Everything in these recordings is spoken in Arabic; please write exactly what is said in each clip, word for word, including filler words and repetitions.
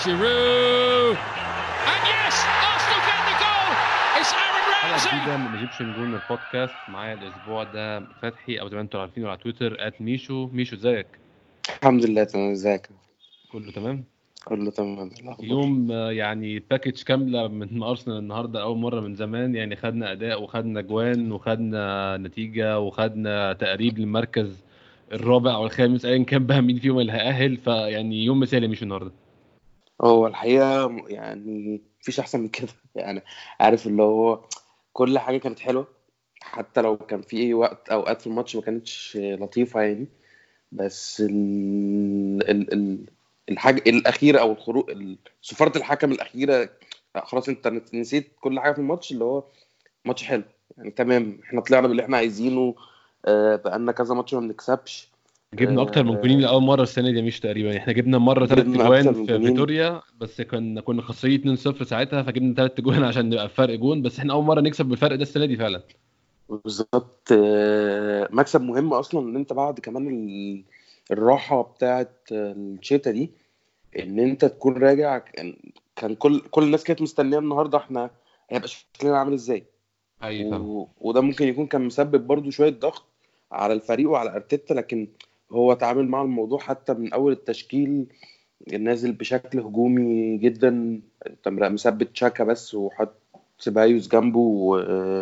Giroud. And yes, Arsenal get the goal. It's Aaron حلقة Ramsey. جديدة من ايجيبشن جون البودكاست. معايا الاسبوع ده فتحي او زي ما انتوا عارفينه على تويتر @ميشو. ميشو ازيك؟ الحمد لله تمام. ازيك؟ كله تمام. كله تمام. الأخبار؟ يوم آه، يعني باكج كاملة من ارسنال النهارده، اول مرة من زمان. يعني خدنا اداء وخدنا جوان وخدنا نتيجة وخدنا تقريب للمركز الرابع او الخامس ايا كان بقى مين فيهم اللي هيأهل. فيعني يوم مثالي مش النهارده. هو الحقيقة م- يعني مفيش أحسن من كده يعني. عارف اللي هو كل حاجة كانت حلوة، حتى لو كان في وقت أوقات في الماتش ما كانتش لطيفة يعني. بس ال... ال... ال... الحاجة الأخيرة أو الخروج ال- صفارة الحكم الأخيرة، لا خلاص أنت نسيت كل حاجة في الماتش، اللي هو ماتش حلو يعني. تمام، احنا طلعنا باللي احنا عايزينه. آه، بقالنا كذا ماتش ما بنكسبش. جبنا اكتر من جونين آه، لاول مرة السنة دي، مش تقريبا احنا جبنا مرة ثلاث جبنا أكتر جوان من في جونين. فيتوريا، بس كنا كنا خسرانين اتنين صفر ساعتها، فجبنا ثلاث جوان عشان نبقى فرق جون. بس احنا اول مرة نكسب بالفرق ده السنة دي فعلا. بالظبط. آه، مكسب مهم اصلا ان انت بعد كمان ال- الراحه بتاعت الشتا دي، ان انت تكون راجع. كان كان كل كل الناس كانت مستنيه النهارده احنا هيبقى شكلنا عامل ازاي. حقيقي فعلا. و... وده ممكن يكون كان مسبب برضو شويه ضغط على الفريق وعلى ارتيتا، لكن هو تعامل مع الموضوع حتى من اول التشكيل نازل بشكل هجومي جدا. انت مثبت شاكا بس وحط سيبايوس جنبه و...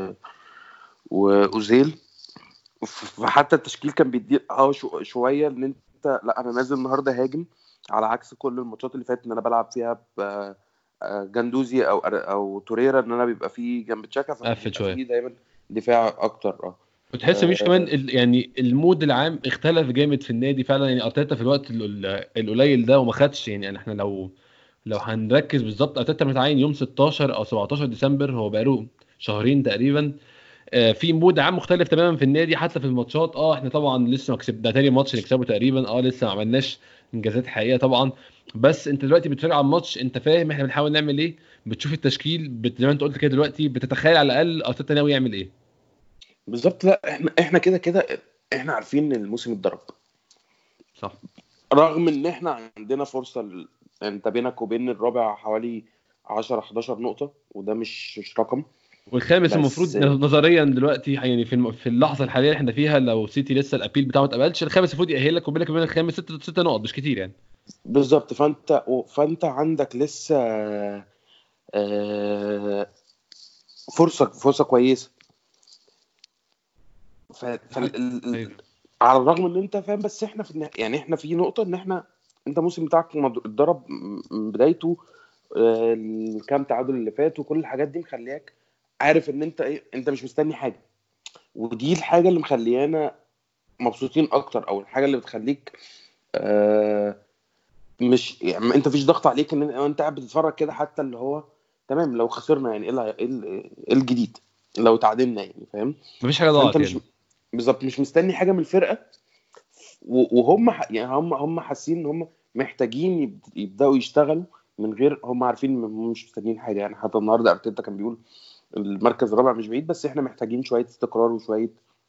واوزيل. فحتى التشكيل كان بيدي اه شو شويه ان انت لا انا نازل النهارده هاجم، على عكس كل الماتشات اللي فاتت ان انا بلعب فيها ب آه، جندوزي او او توريرا، ان انا بيبقى فيه جنب تشاكا، قفل فبيبقى شويه. فيه دايما دفاع اكتر. اه وتحس مش كمان آه، ال... يعني المود العام اختلف جامد في النادي فعلا. يعني ارتيتا في الوقت ال- ال- القليل ده وما خدش. يعني احنا لو لو هنركز بالظبط، ارتيتا متعين يوم ستاشر او سبعتاشر ديسمبر، هو بقاله شهرين تقريبا. آه، في مود عام مختلف تماما في النادي، حتى في الماتشات. اه احنا طبعا لسه ما كسبنا، ده تاني ماتش نكسبه تقريبا. اه لسه ما عملناش انجازات حقيقيه طبعا. بس انت دلوقتي بتتفرج على الماتش، انت فاهم احنا بنحاول نعمل ايه. بتشوف التشكيل بت... زي ما انت قلت كده دلوقتي، بتتخيل على الاقل ارتيتا ناوي يعمل ايه. بالظبط. لا احنا احنا كده كده احنا عارفين ان الموسم اتضرب، صح. رغم ان احنا عندنا فرصه ل... انت بينك وبين الرابع حوالي عشرة حداشر نقطه، وده مش مش رقم. والخامس بس المفروض نظريا دلوقتي، يعني في الم- في اللحظه الحاليه اللي احنا فيها، لو سيتي لسه الابيل بتاعه ما اتقبلش، الخامس المفروض يأهلك، وبينك وبين الخامس ست ست نقط، مش كتير يعني. بالظبط. فانت فانت عندك لسه آه، فرصه فرصه كويسه. ف... فال... حاجه. ال- ال- ايوه. على الرغم ان انت فاهم، بس احنا في النها... يعني احنا في نقطه ان احنا انت الموسم بتاعك مض- اتضرب من بدايته. آه، الكام تعادل اللي فات وكل الحاجات دي مخلياك عارف ان انت ايه، انت مش مستني حاجه. ودي الحاجه اللي مخليانا مبسوطين اكتر، او الحاجه اللي بتخليك آه، مش يعني انت مفيش ضغط عليك ان انت قاعد بتتفرج كده. حتى اللي هو تمام لو خسرنا يعني ايه اللي هي- ايه ال- إيه الجديد لو تعادلنا يعني، فاهم؟ مفيش حاجه فانت ضاعت مش يعني. بالظبط مش مستني حاجه من الفرقه. و- وهم ح- يعني هم هم حاسين ان هم محتاجين يبد- يبداوا يشتغلوا من غير، هم عارفين ان هم مش مستنيين حاجه يعني. حتى النهارده ارتيتا كان بيقول المركز الرابع مش بعيد، بس احنا محتاجين شويه استقرار وشويه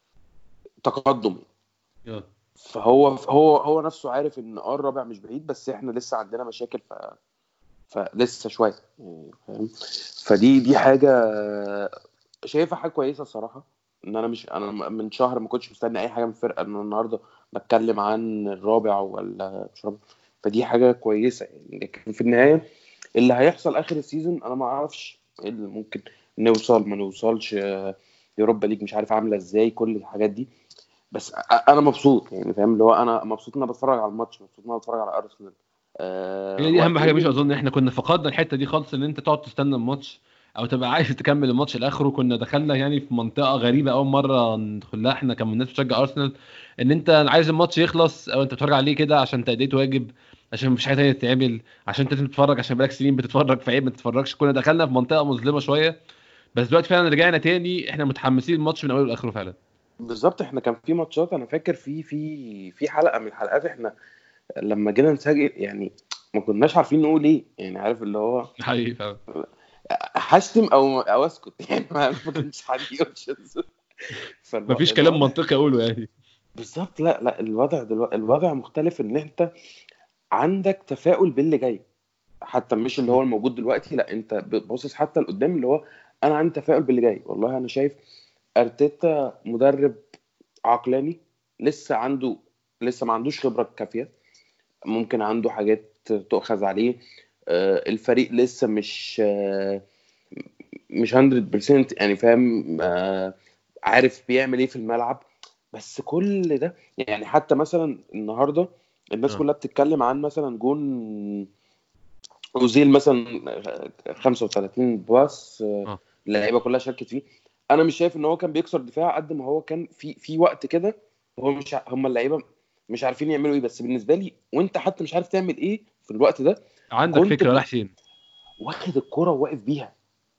تقدم. يلا. فهو هو هو نفسه عارف ان اه الرابع مش بعيد، بس احنا لسه عندنا مشاكل. ف فلسه شويه يعني، فاهم؟ فدي دي حاجه شايفها حاجه كويسه الصراحه. ان انا مش انا من شهر ما كنتش مستني اي حاجه من الفرقه، ان أنا النهارده بتكلم عن الرابع ولا مش رابع. فدي حاجه كويسه يعني. لكن في النهايه اللي هيحصل اخر السيزون انا ما اعرفش ايه اللي ممكن نوصل ما نوصلش. آه، يوروبا ليج مش عارف عامله ازاي كل الحاجات دي. بس أ- انا مبسوط يعني، فاهم؟ اللي هو انا مبسوط ان انا بتفرج على الماتش، مبسوط ان انا بتفرج على ارسنال. هي أه دي اهم وقت حاجه. مش رجل. اظن احنا كنا فقدنا الحته دي خالص، ان انت تقعد تستنى الماتش او تبقى عايز تكمل الماتش لاخره. كنا دخلنا يعني في منطقه غريبه اول مره ندخل لها احنا كمان بتشجع ارسنال، ان انت عايز الماتش يخلص او انت بتتفرج عليه كده عشان تأدية واجب، عشان مفيش حاجه تانية تتعمل، عشان انت لازم تتفرج عشان بقالك سنين بتتفرج فعيب ما تتفرجش. كنا دخلنا في منطقه مظلمه شويه. بس دلوقتي فعلا رجعنا تاني، احنا متحمسين الماتش من اوله لاخره فعلا. بالظبط. احنا كان في ماتشات انا فاكر في في في حلقه من الحلقات احنا لما جينا نسجل يعني ما كناش عارفين نقول ايه يعني. عارف اللي هو حقيقي فعلا. هشتم او او اسكت يعني. ما ما كانش حد يوشز. مفيش كلام فالوضع منطقي اقوله يعني. بالظبط. لا لا الوضع دلوقتي الوضع مختلف، ان انت عندك تفاؤل باللي جاي. حتى مش اللي هو الموجود دلوقتي، لا انت بتبصص حتى لقدام، اللي هو انا عندي تفاؤل باللي جاي. والله انا شايف ارتيتا مدرب عقلاني، لسه عنده لسه ما عندوش خبرة كافية، ممكن عنده حاجات تؤخذ عليه. آه، الفريق لسه مش آه، مش مية بالمية يعني فاهم، آه، عارف بيعمل ايه في الملعب. بس كل ده يعني حتى مثلا النهارده الناس اه كلها بتتكلم عن مثلا جون اوزيل مثلا، خمسة وثلاثين باس، آه، اه اللعيبه كلها شاركت فيه. انا مش شايف ان هو كان بيكسر دفاع قد ما هو كان في في وقت كده هو مش ع- هم اللعيبه مش عارفين يعملوا ايه. بس بالنسبه لي وانت حتى مش عارف تعمل ايه في الوقت ده، عندك كنت فكره ب- رايح فين؟ واخد الكرة وواقف بيها.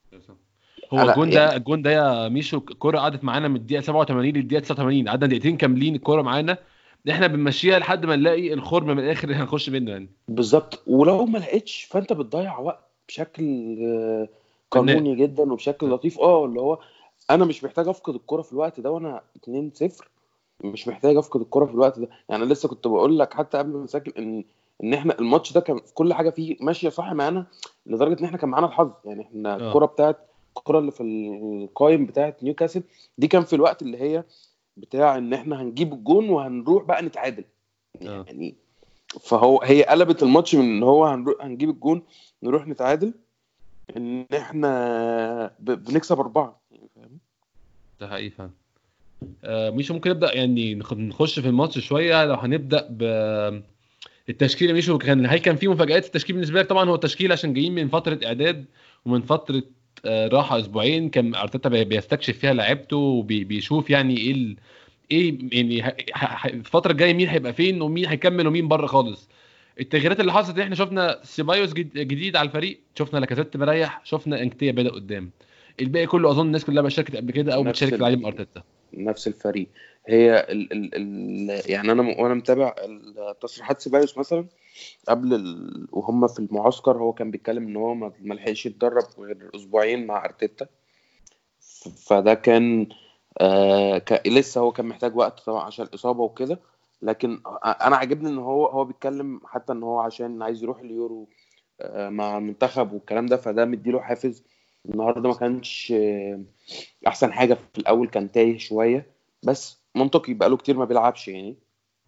هو انا الجون يعني ده الجون ده يا ميشو، الكوره قعدت معانا من الدقيقه سبعة وثمانين للدقيقه تسعة وثمانين، قعدنا دقيقتين كاملين الكوره معانا، احنا بنمشيها لحد ما نلاقي الخرم من الاخر اللي هنخش منه يعني. بالظبط، ولو ما لقيتش فانت بتضيع وقت بشكل آه، بناء. قانوني جدا وبشكل لطيف. اه اللي هو انا مش محتاج افقد الكرة في الوقت ده وانا اتنين صفر، مش محتاج افقد الكرة في الوقت ده. يعني أنا لسه كنت بقول لك حتى قبل ما نسجل ان ان احنا الماتش ده كان في كل حاجه فيه ماشيه صح معانا، لدرجه ان احنا كان معانا الحظ. يعني احنا اه الكرة بتاعت الكرة اللي في القايم بتاعت نيوكاسل دي كان في الوقت اللي هي بتاع ان احنا هنجيب الجون وهنروح بقى نتعادل اه يعني. فهو هي قلبت الماتش من ان هو هنروح هنجيب الجون نروح نتعادل، ان احنا ب... بنكسب اربعه يعني فاهم. ده حقيقي فعلا. آه ميشو ممكن نبدا يعني نخ- نخش في الماتش شويه. لو هنبدا بالتشكيله ميشو، كان هل كان في مفاجآت في التشكيل بالنسبه لك؟ طبعا هو التشكيل عشان جايين من فتره اعداد ومن فتره آه، راحه اسبوعين، كان ارتيتا بي- بيستكشف فيها لعيبته وبيشوف يعني ايه ال... ايه يعني ه- ه- الفتره الجايه مين هيبقى فين ومين هيكمل ومين بره خالص. التغييرات اللي حصلت، احنا شفنا سيبايوس جد- جديد على الفريق، شفنا لاكازيت مريح، شفنا انكتيا بدا قدام. الباقي كله اظن الناس كلها شاركت قبل كده او نفس بتشارك في ال... تعليم ارتيتا. نفس الفريق. هي ال... ال... ال... يعني انا م- وانا متابع التصريحات سيبايوس مثلا قبل ال... وهم في المعسكر، هو كان بيتكلم ان هو ما ما لحقش يتدرب غير اسبوعين مع ارتيتا. ف- فده كان آه ك... لسه هو كان محتاج وقت طبعا عشان الاصابه وكده. لكن انا عاجبني ان هو هو بيتكلم حتى ان هو عشان عايز يروح اليورو آه، مع المنتخب والكلام ده، فده مديله حافز. النهارده ما كانش آه، احسن حاجه في الاول، كان تايه شويه، بس منطقي بقاله كتير ما بيلعبش يعني.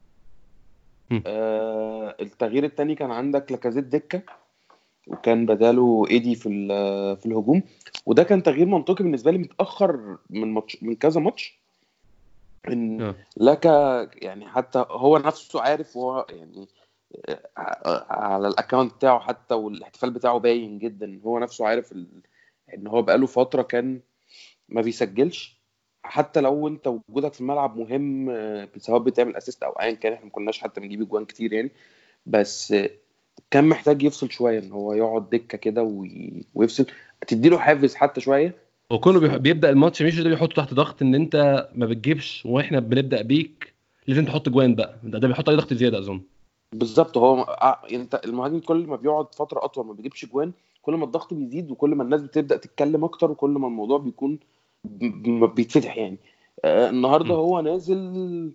هم. آه التغيير التاني كان عندك لاكازيت دكه، وكان بداله ايدي في ال- في الهجوم. وده كان تغيير منطقي بالنسبه لي متاخر من ماتش من كذا ماتش، ان اه لكا يعني حتى هو نفسه عارف، وهو يعني آه، على الاكونت بتاعه حتى والاحتفال بتاعه باين جدا، هو نفسه عارف ال... ان هو بقاله فتره كان ما بيسجلش. حتى لو انت وجودك في الملعب مهم، آه، سواء بتعمل اسيست او ايا كان، احنا ما كناش حتى بنجيب اجوان كتير يعني. بس آه، كان محتاج يفصل شويه، ان هو يقعد دكه كده وي... ويفصل، تديله حافز حتى شويه. وكله بيح- بيبدا الماتش ميشو ده بيحطه تحت ضغط ان انت ما بتجيبش واحنا بنبدا بيك، لازم تحط جوان بقى، ده, ده بيحط عليه ضغط زياده اظن. بالظبط. هو آه، انت المهاجم كل ما بيقعد فتره اطول ما بيجيبش جوان، كل ما الضغط بيزيد وكل ما الناس بتبدا تتكلم اكتر وكل ما الموضوع بيكون ب- ب- بيتفتح يعني. آه، النهارده هم. هو نازل،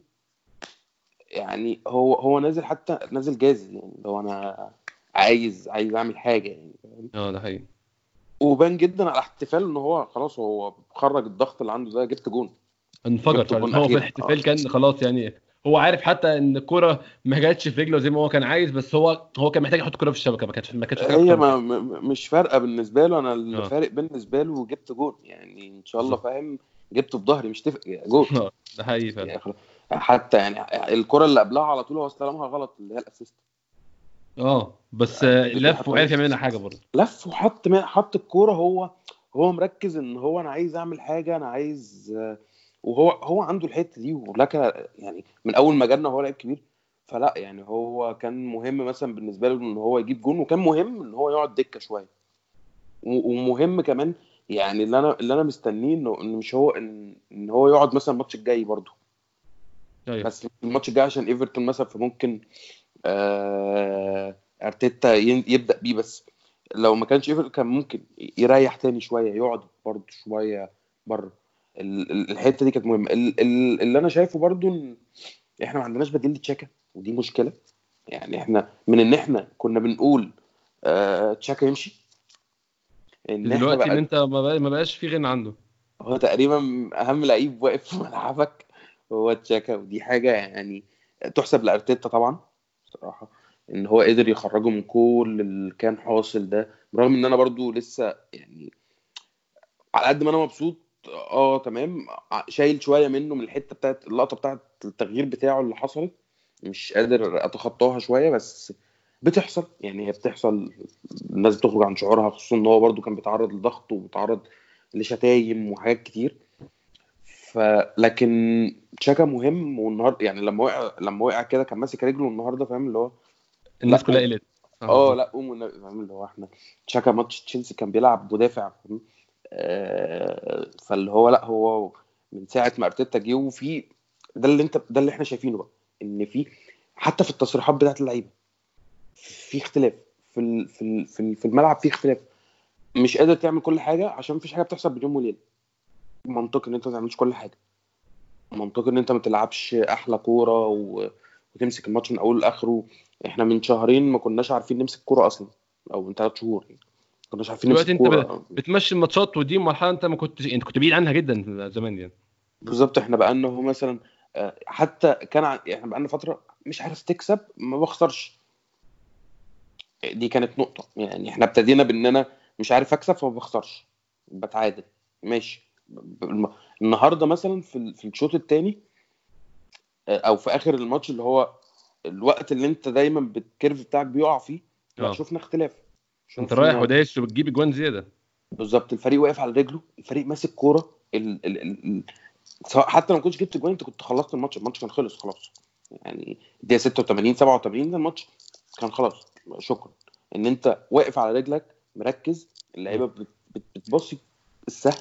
يعني هو هو نازل حتى نازل جاهز يعني، لو انا عايز عايز اعمل حاجه يعني فاهم؟ اه ده حقيقي. وبان جدا على احتفال ان هو خلاص هو خرج الضغط اللي عنده ده، جبت جون. انفجر جبت فعلا جون هو في اخيرا اه. الاحتفال كان خلاص يعني. هو عارف حتى ان الكرة ما جاتش في رجله زي ما هو كان عايز، بس هو هو كان محتاج يحط الكرة في الشبكة، ما كانش ما كانش محتاج اكتر هي من ما كده. م- مش فارقه بالنسبه له، انا اللي اه فارق بالنسبه له جبت جون يعني ان شاء الله بالظبط. فاهم. جبته في ظهري مش تفرق يعني جون اه ده حقيقي فعلا. يعني خلاص. حتى يعني الكره اللي قبلها على طول هو استلمها غلط، اللي هي الاسيست. اه بس آه، دي دي لف حتى وعرف يعمل لنا حاجة برضه. لف وحط ما- حط الكوره. هو هو مركز ان هو انا عايز اعمل حاجه، انا عايز آه، وهو هو عنده الحته دي. ولك يعني من اول ما جالنا هو لعيب كبير. فلا يعني هو كان مهم مثلا بالنسبه له ان هو يجيب جون، وكان مهم ان هو يقعد دكه شويه. و- ومهم كمان يعني اللي انا اللي انا مستنيه انه إن مش هو ان, إن هو يقعد مثلا الماتش الجاي برضه. ايوه بس الماتش الجاي عشان ايفرتون مثلا، فممكن آه ارتيتا ين- يبدا بيه. بس لو ما كانش ايفرتون كان ممكن يريح تاني شويه، يقعد برضه شويه بره. ال- ال- الحته دي كانت مهمه. ال- ال- اللي انا شايفه برضه ان احنا ما عندناش بديل لتشاكا، ودي مشكله. يعني احنا من ان احنا كنا بنقول آه، تشاكا يمشي، ان احنا دلوقتي ان بقى انت ما بقى- ما بقاش في غنى عنه. هو تقريبا اهم لعيب واقف في ملعبك هو تشاكا، ودي حاجه يعني تحسب لارتيتا طبعا بصراحه، ان هو قدر يخرجه من كل اللي كان حاصل ده، برغم ان انا برضو لسه يعني على قد ما انا مبسوط اه تمام، ع- شايل شويه منه من الحته بتاعت اللقطه بتاعت التغيير بتاعه اللي حصلت، مش قادر اتخطاها شويه، بس بتحصل يعني، هي بتحصل، الناس بتخرج عن شعورها، خصوصا ان هو برضو كان بيتعرض لضغط وبيتعرض لشتايم وحاجات كتير. فلكن تشاكا مهم، والنهارده يعني لما وقع لما وقع كده كان ماسك رجله النهارده، فاهم اللي هو لا الناس كلها قوم. قلت. اه اه بالظبط. لا قوم والنبي، فاهم اللي هو احنا تشاكا ماتش تشيلسي كان بيلعب مدافع، فاهم؟ آه، فاللي هو لا هو من ساعه ما ارتيتا جه، وفي ده اللي انت ده اللي احنا شايفينه بقى، ان في حتى في التصريحات بتاعت اللعيبه في اختلاف، في ال- في ال- في ال- في الملعب في اختلاف، مش قادر تعمل كل حاجه عشان مفيش حاجه بتحصل بيوم وليله، منطقي ان انت ما تعملش كل حاجه، منطقي ان انت ما تلعبش احلى كوره و... وتمسك الماتش من اوله لاخره. احنا من شهرين ما كناش عارفين نمسك كوره اصلا، او من ثلاث شهور يعني ما كناش عارفين نمسك دلوقتي انت ب- كوره. بتمشي الماتشات، ودي مرحله انت ما كنتش، انت كنت بعيد عنها جدا زمان يعني. بالظبط، احنا بقالنا هو مثلا آه، حتى كان ع- احنا بقالنا فتره مش عارف تكسب ما بخسرش، دي كانت نقطه يعني، احنا ابتدينا باننا مش عارف اكسب فما بخسرش، بتعادل ماشي. ب- الم- النهارده مثلا في ال- في الشوط الثاني او في اخر الماتش اللي هو الوقت اللي انت دايما بالكيرف بتاعك بيقع فيه، لا اه شفنا اختلاف، انت رايح شفنا ودايس وبتجيب اجوان زياده. بالظبط الفريق واقف على رجله، الفريق ماسك كوره، ال... ال... ال... ال... سواء حتى لو ما كنتش جبت جوان انت كنت خلصت الماتش، الماتش كان خلص خلاص يعني، الدقيقه ستة وثمانين سبعة وثمانين ده الماتش كان خلاص، شكرا ان انت واقف على رجلك مركز، مم. اللعيبه بت... بت... بتبصي السهل،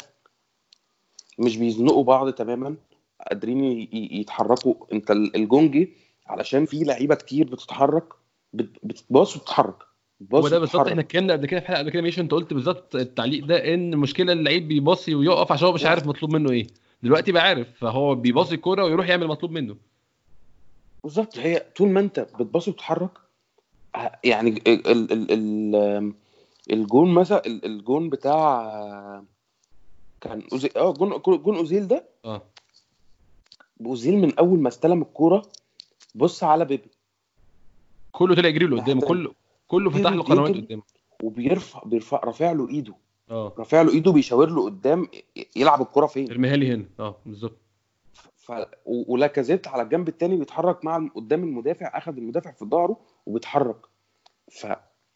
مش بيزنقوا بعض تماما، قادرين ي- ي- يتحركوا، انت ال- الجونجي علشان في لعيبه كتير بتتحرك، بت- بتباص وتتحرك، هو بتباص ده بالظبط، وتتحرك. احنا اتكلمنا قبل كده في حلقه قبل كده، ماشي، انت قلت بالظبط التعليق ده، ان المشكله اللعيب بيباصي ويقف عشان هو مش عارف مطلوب منه ايه. دلوقتي بقى عارف، فهو بيباصي الكوره ويروح يعمل مطلوب منه. بالظبط، هي طول ما انت بتباص وتتحرك ه- يعني ال ال ال ال الجون مثلا ال- الجون بتاع كان أوزيل، اه جون جون اوزيل ده، اه اوزيل من اول ما استلم الكوره بص على بيبي كله طلع يجري له الناحيه قدامه، التانيه، كله كله فتح بيبي له قنوات بيجري قدامه. وبيرفع بيرفع رافع له ايده، اه رافع له ايده بيشاور له قدام ي- يلعب الكوره فين. ارميها لي هنا، اه بالظبط. ف... و- ولاكازيت على الجنب التاني بيتحرك مع الم- قدام المدافع، اخذ المدافع في ظهره وبيتحرك، ففي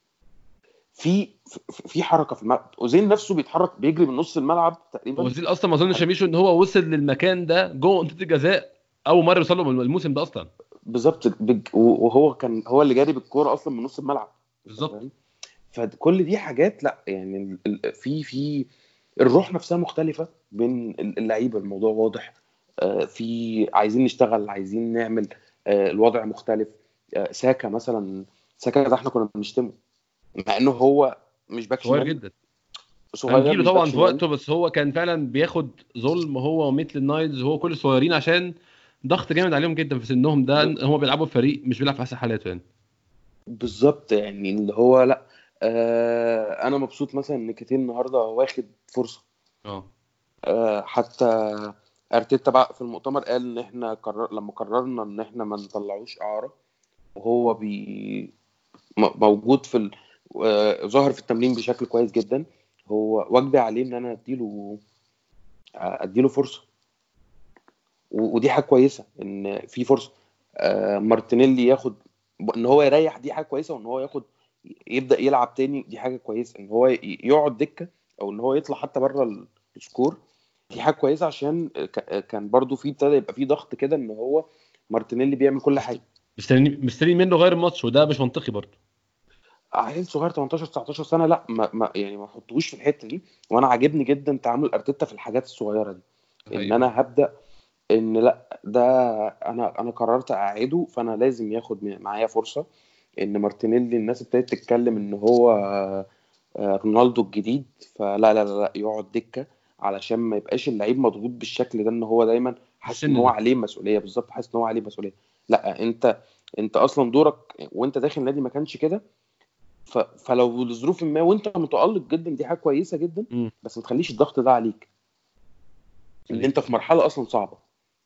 في في حركه في الملعب، اوزيل نفسه بيتحرك بيجري من نص الملعب هو تقريبا زيل اصلا ما اظنش لحد يا ميشو ان هو وصل للمكان ده جوه منطقه الجزاء اول مره يوصل له الموسم ده اصلا. بالظبط بج... وهو كان هو اللي جاري بالكوره اصلا من نص الملعب، بالظبط. فاهم؟ فكل دي حاجات لا يعني ال- ال- في في الروح نفسها مختلفه بين اللعيبه، الموضوع واضح، آه، في عايزين نشتغل عايزين نعمل، آه، الوضع مختلف، آه، ساكا مثلا، ساكا ده احنا كنا بنشتمه مع انه هو مش باك صغير شمال، جدا. كان صغير جيله مش باك طبعا في شمال، وقته، بس هو كان فعلا بياخد ظلم هو وميتل النايلز، وهو كل الصغيرين، عشان ضغط جامد عليهم جدا في سنهم ده، ب- إن هم بيلعبوا في فريق مش بيلعب في احسن حالاته يعني. بالظبط يعني اللي هو لا، آه انا مبسوط مثلا ان كيتين النهارده واخد فرصه، اه آه حتى ارتيتا بقى في المؤتمر قال ان احنا قرر لما قررنا ان احنا ما نطلعوش اعاره، وهو بي م- موجود في ال... آه ظاهر في التمرين بشكل كويس جدا، هو واجبي عليه ان انا اديله اديله فرصه، و- ودي حاجه كويسه ان في فرصه، آه مارتينيلي ياخد ان هو يريح، دي حاجه كويسه، وان هو ياخد يبدا يلعب تاني دي حاجه كويسه، ان هو ي- يقعد دكه او ان هو يطلع حتى بره السكور دي حاجه كويسه، عشان ك- كان برضو في ابتدى يبقى في ضغط كده ان هو مارتينيلي بيعمل كل مست- حاجه، مستنيين مستنيين منه غير الماتش، وده مش منطقي برضه. عيل صغير تمنتاشر تسعتاشر سنه، لا ما, ما يعني ما احطوش في الحته دي، وانا عاجبني جدا تعامل ارتيتا في الحاجات الصغيره دي، ده ان حقيقي. انا هبدا ان لا ده انا انا قررت اقعده فانا لازم ياخد معايا فرصه، ان مارتينيلي الناس ابتدت تتكلم ان هو آه، آه، رونالدو الجديد، فلا لا لا لا يقعد دكه علشان ما يبقاش اللعيب مضغوط بالشكل ده، ان هو دايما في حاسس ان السن هو ده. عليه مسؤوليه، بالظبط حاسس ان هو عليه مسؤوليه، لا انت انت اصلا دورك وانت داخل النادي ما كانش كده، ف... فلو لظروف ما وانت متالق جدا دي حاجه كويسه جدا، مم. بس ما تخليش الضغط ده عليك اللي انت في مرحله اصلا صعبه.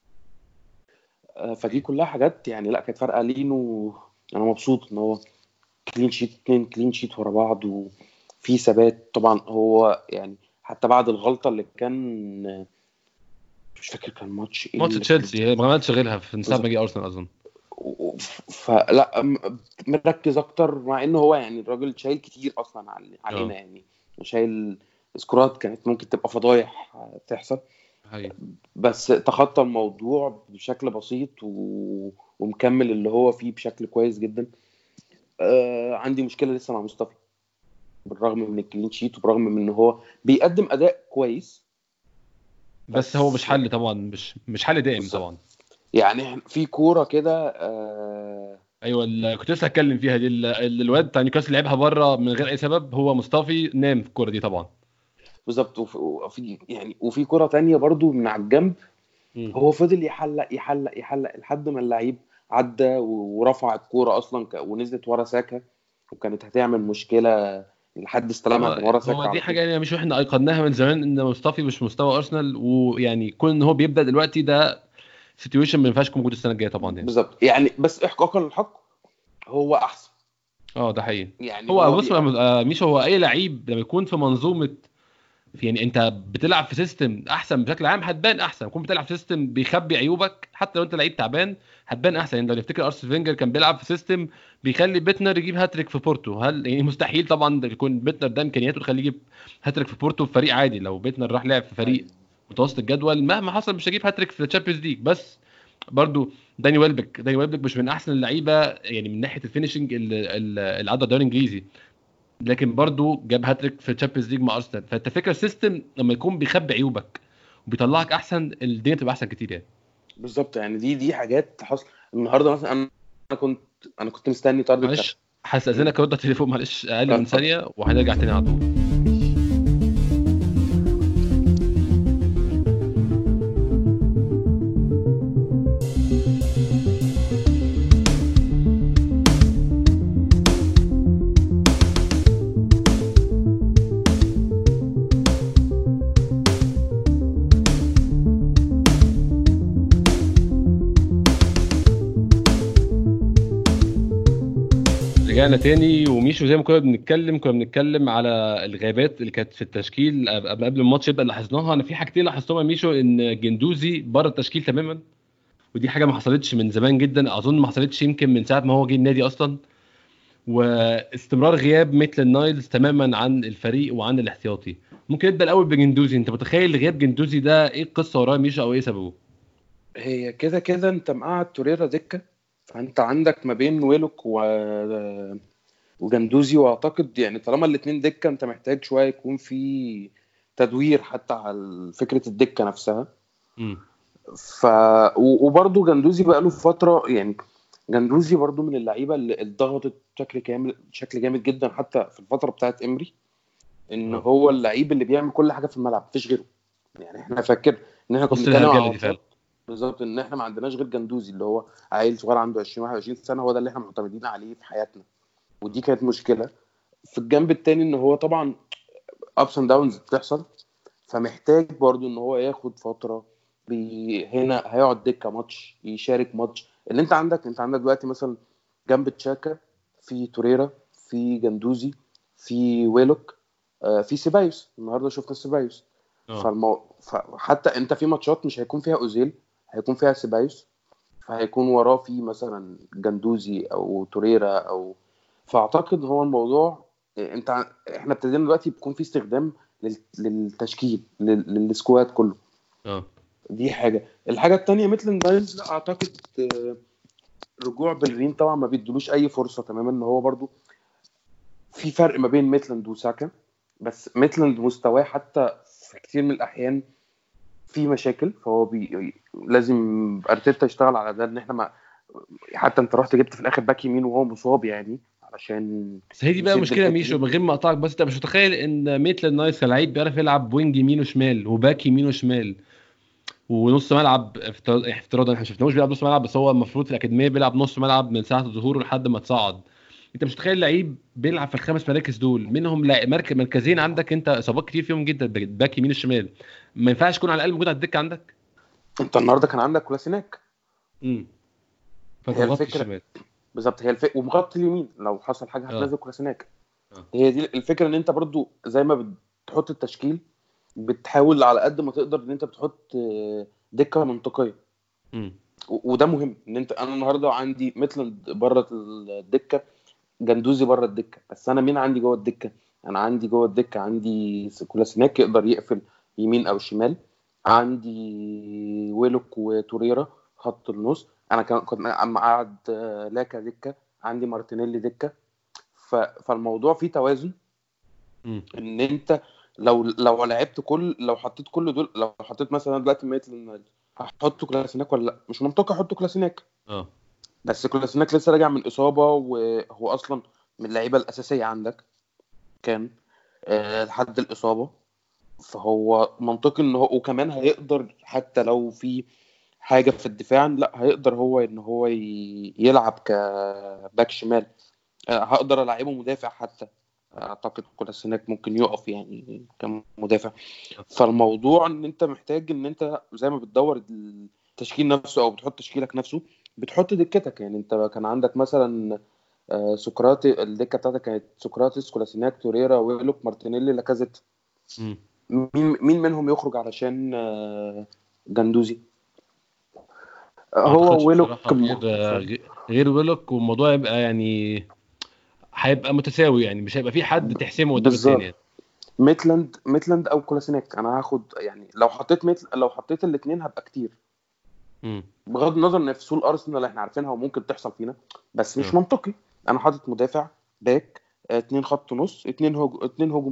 آه، فدي كلها حاجات يعني لا كانت فارقه لينو. انا مبسوط ان هو كلين شيت، اتنين كلين شيت ورا بعض وفي ثبات. طبعا هو يعني حتى بعد الغلطه اللي كان مش فاكر كان ماتش ايه ماتش اللي كان، تشيلسي ما عملتش غيرها في ساعه ما جه ارسنال اظن. و- فلا م- مركز اكتر، مع انه هو يعني الراجل شايل كتير اصلا عل- علينا اه يعني، وشايل سكورات كانت ممكن تبقى فضايح تحصل، حقيقي. بس تخطى الموضوع بشكل بسيط و... ومكمل اللي هو فيه بشكل كويس جدا. آه عندي مشكلة لسه مع مصطفى بالرغم من الكلين شيت وبرغم من ان هو بيقدم اداء كويس، بس هو مش حل طبعا، مش مش حل دائم بالظبط. طبعا. يعني في كورة كده آه ايوه ال- كنت لسه هتكلم فيها دي، ال- ال- الواد بتاع نيوكاسل لعبها بره من غير اي سبب، هو مصطفي نام في الكوره دي طبعا. بالظبط. وفي وفي- يعني وفي كرة تانية برضو من على الجنب، مم. هو فضل يحلق يحلق يحلق لحد ما اللعيب عدى ورفع الكورة اصلا ك- ونزلت ورا ساكا، وكانت هتعمل مشكلة لحد استلمها كان هو ورا هو ساكا دي على طول. حاجه يعني مش احنا ايقناها من زمان ان مصطفي مش مستوى ارسنال، ويعني كون ان هو بيبدا دلوقتي ده سيتويشن ما ينفعش يكون موجود السنه الجايه طبعا يعني. بالظبط يعني، بس احقاقا للحق هو احسن. اه ده حقيقي. يعني هو هو بص بي... آه، ميشو هو اي لعيب لما يكون في منظومه، في يعني انت بتلعب في سيستم احسن بشكل عام هتبان احسن. كون بتلعب في سيستم بيخبي عيوبك حتى لو انت لعيب تعبان هتبان احسن. يعني لو نفتكر ارسنال فينجر كان بيلعب في سيستم بيخلي بيتنر يجيب هاتريك في بورتو، هل يعني مستحيل طبعا يكون بيتنر ده امكانياته تخليه يجيب هاتريك في بورتو في فريق عادي. لو بيتنر راح لعب في فريق متوسط الجدول مهما حصل مش هيجيب هاتريك في الشامبيونز ليج. بس برضو داني ويلبك داني ويلبك مش من احسن اللعيبه يعني من ناحيه الفينشنج اللي عدى الدوري الانجليزي، لكن برضو جاب هاتريك في الشامبيونز ليج مع ارسنال. فانت فكره السيستم لما يكون بيخبي عيوبك وبيطلعك احسن الدنيا بتبقى احسن كتير يعني. بالظبط يعني دي دي حاجات حصل النهارده مثلا. انا أنا كنت انا كنت مستني طرد الكابتن. معلش هستأذنك ارد على التليفون معلش اقل لا، من اتفضل. ثانيه وهنرجع تاني على طول. رجعنا تاني وميشو زي ما كنا بنتكلم كنا بنتكلم على الغيابات اللي كانت في التشكيل قبل قبل الماتش يبقى لاحظناها. انا في حاجتين لاحظتهم يا ميشو، ان جندوزي بره التشكيل تماما، ودي حاجه ما حصلتش من زمان جدا، اظن ما حصلتش يمكن من ساعه ما هو جه النادي اصلا. واستمرار غياب مثل النايلز تماما عن الفريق وعن الاحتياطي. ممكن نبدا الاول بجندوزي، انت متخيل غياب جندوزي ده ايه القصه وراه ميشو او ايه سببه؟ هي كده كده انت مقعد توريرا دكه، فانت عندك ما بين ويلوك و... وجندوزي، واعتقد يعني طالما الاثنين دكه انت محتاج شويه يكون في تدوير حتى على فكره الدكه نفسها. امم ف و- وبرضه جندوزي بقى له فتره يعني. جندوزي برضه من اللعيبه اللي اتضغطت بشكل كامل بشكل جامد جدا حتى في الفتره بتاعت امري، ان اه هو اللعيب اللي بيعمل كل حاجه في الملعب مفيش غيره. يعني احنا فاكر ان احنا كنا نص بنتكلم الهرجله على دي فعلا. ماتشات بالظبط ان احنا ما عندناش غير جندوزي اللي هو عيل صغير عنده عشرين واحد وعشرين سنه، هو ده اللي احنا معتمدين عليه في حياتنا. ودي كانت مشكله. في الجنب التاني ان هو طبعا ابس اند داونز بتحصل، فمحتاج برضو ان هو ياخد فتره بي هنا هيقعد دكه ماتش يشارك ماتش. اللي انت عندك انت عندك دلوقتي مثلا جنب تشاكا في توريرا، في جندوزي، في ويلوك، آه، في سيبايوس. النهارده شفنا سيبايوس. اه فالمو... فحتى انت في ماتشات مش هيكون فيها اوزيل، هيكون فيها سيبايوس، فهيكون وراه في مثلا جندوزي او توريرا او. فاعتقد هو الموضوع انت ع- احنا ابتدينا دلوقتي بيكون في استخدام لل- للتشكيل لل- للسكواد كله. اه دي حاجه. الحاجه التانية مثل دايلز لا اعتقد آه، رجوع بالرين طبعا ما بيدلوش اي فرصه تماما. ان هو برضو في فرق ما بين ميتلاند وساكا، بس ميتلاند مستواه حتى في كتير من الاحيان في مشاكل، فهو بي... لازم ارتيتا يشتغل على ده. ان احنا ما حتى انت رحت جبت في الاخر باك يمين وهو مصاب يعني علشان بس هي دي بقى يسد مشكله يا الحته ميشو دي. من غير ما اقطعك، بس انت مش متخيل ان ميتلاند نايس كلاعب بيعرف يلعب وينج يمين وشمال وباك يمين وشمال ونص ملعب افتراض- افتراضا احنا ما شفناهوش بيلعب نص ملعب، بس هو المفروض في الاكاديميه بيلعب نص ملعب من ساعه ظهوره لحد ما اتصعد. انت مش متخيل لعيب بيلعب في الخمس مراكز دول، منهم مركز مركزين عندك انت اصابات كتير فيهم جدا، باك يمين الشمال، ما ينفعش يكون على الاقل موجود على الدكه عندك. انت النهارده كان عندك كولاسيناك، امم هي فتغطي الفكره الشمال بالظبط، هي الفكره ومغطي اليمين لو حصل حاجه اه هتنزل كولاسيناك. اه هي دي الفكره، ان انت برضو زي ما بتحط التشكيل بتحاول على قد ما تقدر ان انت بتحط آه، دكه منطقيه. امم و- وده مهم، ان انت انا النهارده عندي ميتلاند بره الدكه، جندوزي بره الدكه، بس انا مين عندي جوه الدكه؟ انا عندي جوه الدكه عندي كولاسيناك يقدر يقفل يمين او شمال، عندي ويلوك وتوريرا خط النص، انا كان كنت اما قاعد آه، لاكا دكه، عندي مارتينيلي دكه. ف- فالموضوع فيه توازن، امم ان انت لو لو لعبت كل لو حطيت كل دول، لو حطيت مثلا دلوقتي ميتلاند، هحط كولاسيناك ولا لا؟ مش منطقي احط كولاسيناك، اه بس كولاسيناك لسه راجع من اصابه، وهو اصلا من اللعيبه الاساسيه عندك كان آه، لحد الاصابه. فهو منطقي ان هو، وكمان هيقدر حتى لو في حاجه في الدفاع، لا هيقدر هو ان هو ي- يلعب كباك شمال. آه، هقدر العبه مدافع حتى، اعتقد كولاسيناك ممكن يقف يعني كمدافع. فالموضوع ان انت محتاج ان انت زي ما بتدور التشكيل نفسه او بتحط تشكيلك نفسه، بتحط دكتك. يعني انت كان عندك مثلا آه، سقراطي، الدكه بتاعتك كانت سقراطس، كولاسيناك، توريرا، ويلوك، مارتينيلي، لاكازيت. امم مين مين منهم يخرج علشان آه، جندوزي؟ آه، ما هو اعتقدش ويلوك بصراحه غير م- فاهم؟ غير غير ويلوك، والموضوع يبقى يعني هيبقى متساوي، يعني مش هيبقى في حد تحسمه قدام التاني بالظبط. يعني. ميتلاند ميتلاند او كولاسيناك، انا هاخد يعني لو حطيت ميتل لو حطيت الاثنين هبقى كتير، امم بغض النظر ان فصول ارسنال اللي احنا عارفينها وممكن تحصل فينا، بس مش اه منطقي. انا حاطط مدافع، باك، آه، اتنين خط نص، اتنين هجوم، اتنين هجوم.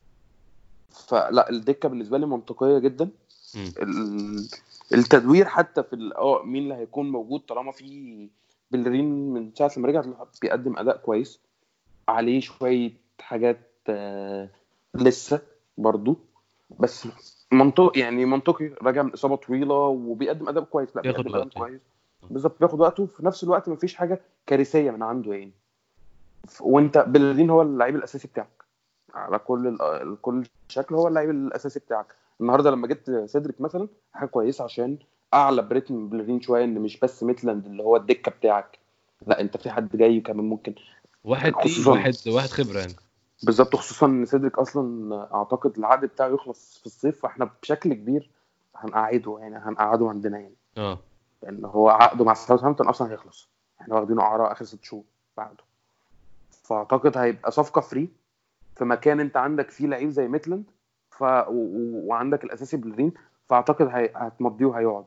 فلا الدكه بالنسبه لي منطقيه جدا. امم ال- التدوير حتى في ال- اه مين اللي هيكون موجود طالما في بلرين من ساعه لما رجع بيقدم اداء كويس، عليه شويه حاجات آه، لسه برضو، بس منطق يعني منطقي، راجع من اصابه طويله وبيقدم اداء كويس، لا ياخد بيقدم اداء وقت يعني. كويس. بالظبط بياخد وقته، في نفس الوقت مفيش حاجه كارثيه من عنده يعني. ف- وانت بلرين هو اللعيب الاساسي بتاعك على كل ال- كل شكل، هو اللعيب الاساسي بتاعك. النهارده لما جبت سيدريك مثلا، حاجه كويسه عشان اعلى بريتم من بلرين شويه، ان مش بس ميتلاند اللي هو الدكه بتاعك، لا انت في حد جاي كمان ممكن. واحد تقيل، خصوصا واحد واحد خبره يعني. بالظبط، خصوصا ان سيدريك اصلا اعتقد العقد بتاعه يخلص في الصيف، فاحنا بشكل كبير هنقعده يعني هنقعده عندنا يعني، اه لان هو عقده مع ساوثهامبتون اصلا هيخلص، احنا واخدينه اعاره اخر ست شهور بعده. فاعتقد هيبقى صفقه فري في مكان انت عندك فيه لعيب زي ميتلاند، ف... و... و... وعندك الاساسي بلرين، فاعتقد هي... هتمضيه وهيقعد.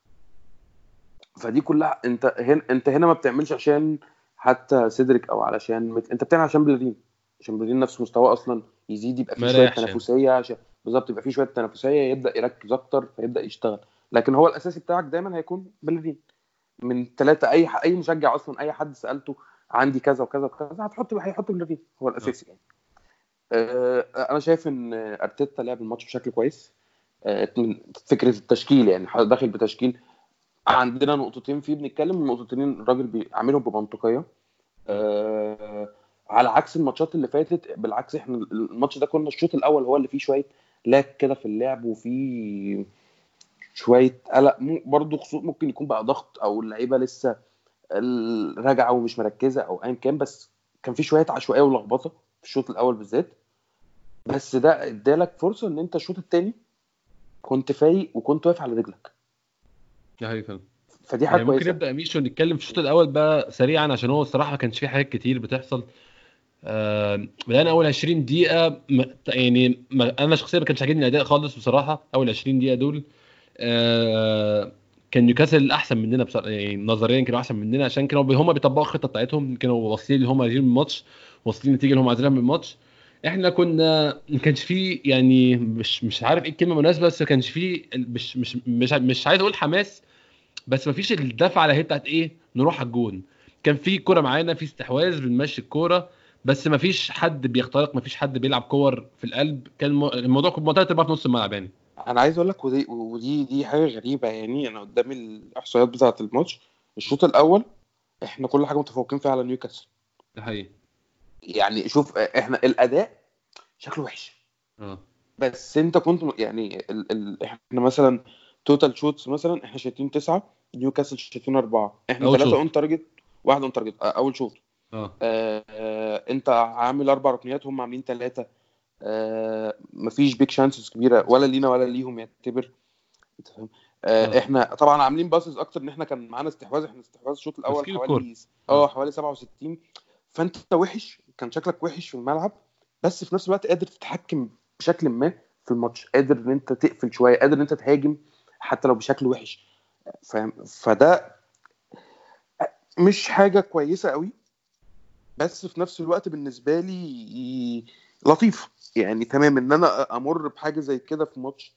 فدي كلها انت هنا انت هنا ما بتعملش عشان حتى سيدريك او علشان مت... انت بتعمل عشان بلرين، عشان بلرين نفسه مستواه اصلا يزيد، يبقى فيه ما شويه رايحش يعني. تنافسيه عشان بالظبط يبقى فيه شويه تنافسيه، يبدا يركز اكتر فيبدا يشتغل. لكن هو الاساسي بتاعك دايما هيكون بلرين من ثلاثه. اي ح... اي مشجع اصلا، اي حد سالته عندي كذا وكذا وكذا، هتحط هيحط بلرين هو اه الاساسي يعني. آه، انا شايف ان ارتيتا لعب الماتش بشكل كويس. آه، من فكره التشكيل يعني داخل بتشكيل عندنا نقطتين فيه بنتكلم، النقطتين الراجل بيعملهم بمنطقيه. اه آه، على عكس الماتشات اللي فاتت، بالعكس احنا الماتش ده كنا الشوط الاول هو اللي فيه شويه لاك كده في اللعب، وفيه شويه قلق مو- برضه خصوص ممكن يكون بقى ضغط او اللعيبه لسه ال- راجعه ومش مركزه او ايا كان، بس كان في شويه عشوائيه ولخبطه في الشوط الاول بالذات. بس ده ادالك فرصه ان انت الشوط الثاني كنت فايق وكنت واقف على رجلك، ده حقيقي فعلا. فدي حاجه يعني ممكن كويسه. نبدا ميشو نتكلم في الشوط الاول بقى سريعا، عشان هو الصراحه ما كانش فيه حاجات كتير بتحصل. آه بدأنا اول عشرين دقيقه م- يعني ما انا شخصيا ما كانش عاجبني الاداء خالص بصراحه اول عشرين دقيقه دول. آه كان نيوكاسل احسن مننا بصراحه، يعني نظريا كانوا احسن مننا، عشان كانوا هم بيطبقوا الخطه بتاعتهم، كانوا واصلين اللي هم عايزينه من الماتش، واصلين النتيجه اللي هم عايزينها من الماتش. احنا كنا ما كانش فيه يعني مش مش عارف ايه الكلمه المناسبه، بس ما كانش فيه مش مش مش مش عايز اقول حماس، بس ما فيش الدفعه اللي هي بتاعت ايه نروح على الجون. كان في كوره معانا، في استحواذ بنمشي الكوره، بس ما فيش حد بيخترق، ما فيش حد بيلعب كور في القلب. كان الم- الموضوع كان منطقه تبقى في نص الملعب يعني. انا عايز اقول لك، ودي ودي دي حاجه غريبه يعني، انا قدامي الاحصائيات بتاعه الماتش الشوط الاول احنا كل حاجه متفوقين فيها على نيوكاسل. ده حقيقي. يعني شوف احنا الاداء شكله وحش، اه بس انت كنت م- يعني ال ال احنا مثلا توتال شوتس مثلا احنا شايفين تسعة، نيوكاسل شايفين أربعة، احنا اول ثلاثة شوط. اون تارجت، واحد اون تارجت اول شوط. اه آه آه، انت عامل اربع ركنيات هم عاملين ثلاثة. آه مفيش بيك شانسز كبيرة ولا لينا ولا ليهم يعتبر. انت فاهم؟ اه آه احنا طبعا عاملين باسز اكتر، ان احنا كان معانا استحواذ، احنا استحواذ الشوط الاول تسكيل الكوره. حوالي اه اه حوالي سبعة وستين. فانت وحش، كان شكلك وحش في الملعب، بس في نفس الوقت قادر تتحكم بشكل ما في الماتش، قادر ان انت تقفل شويه، قادر ان انت تهاجم حتى لو بشكل وحش. فاهم؟ فده مش حاجه كويسه قوي، بس في نفس الوقت بالنسبه لي لطيف. يعني تمام ان انا امر بحاجه زي كده في ماتش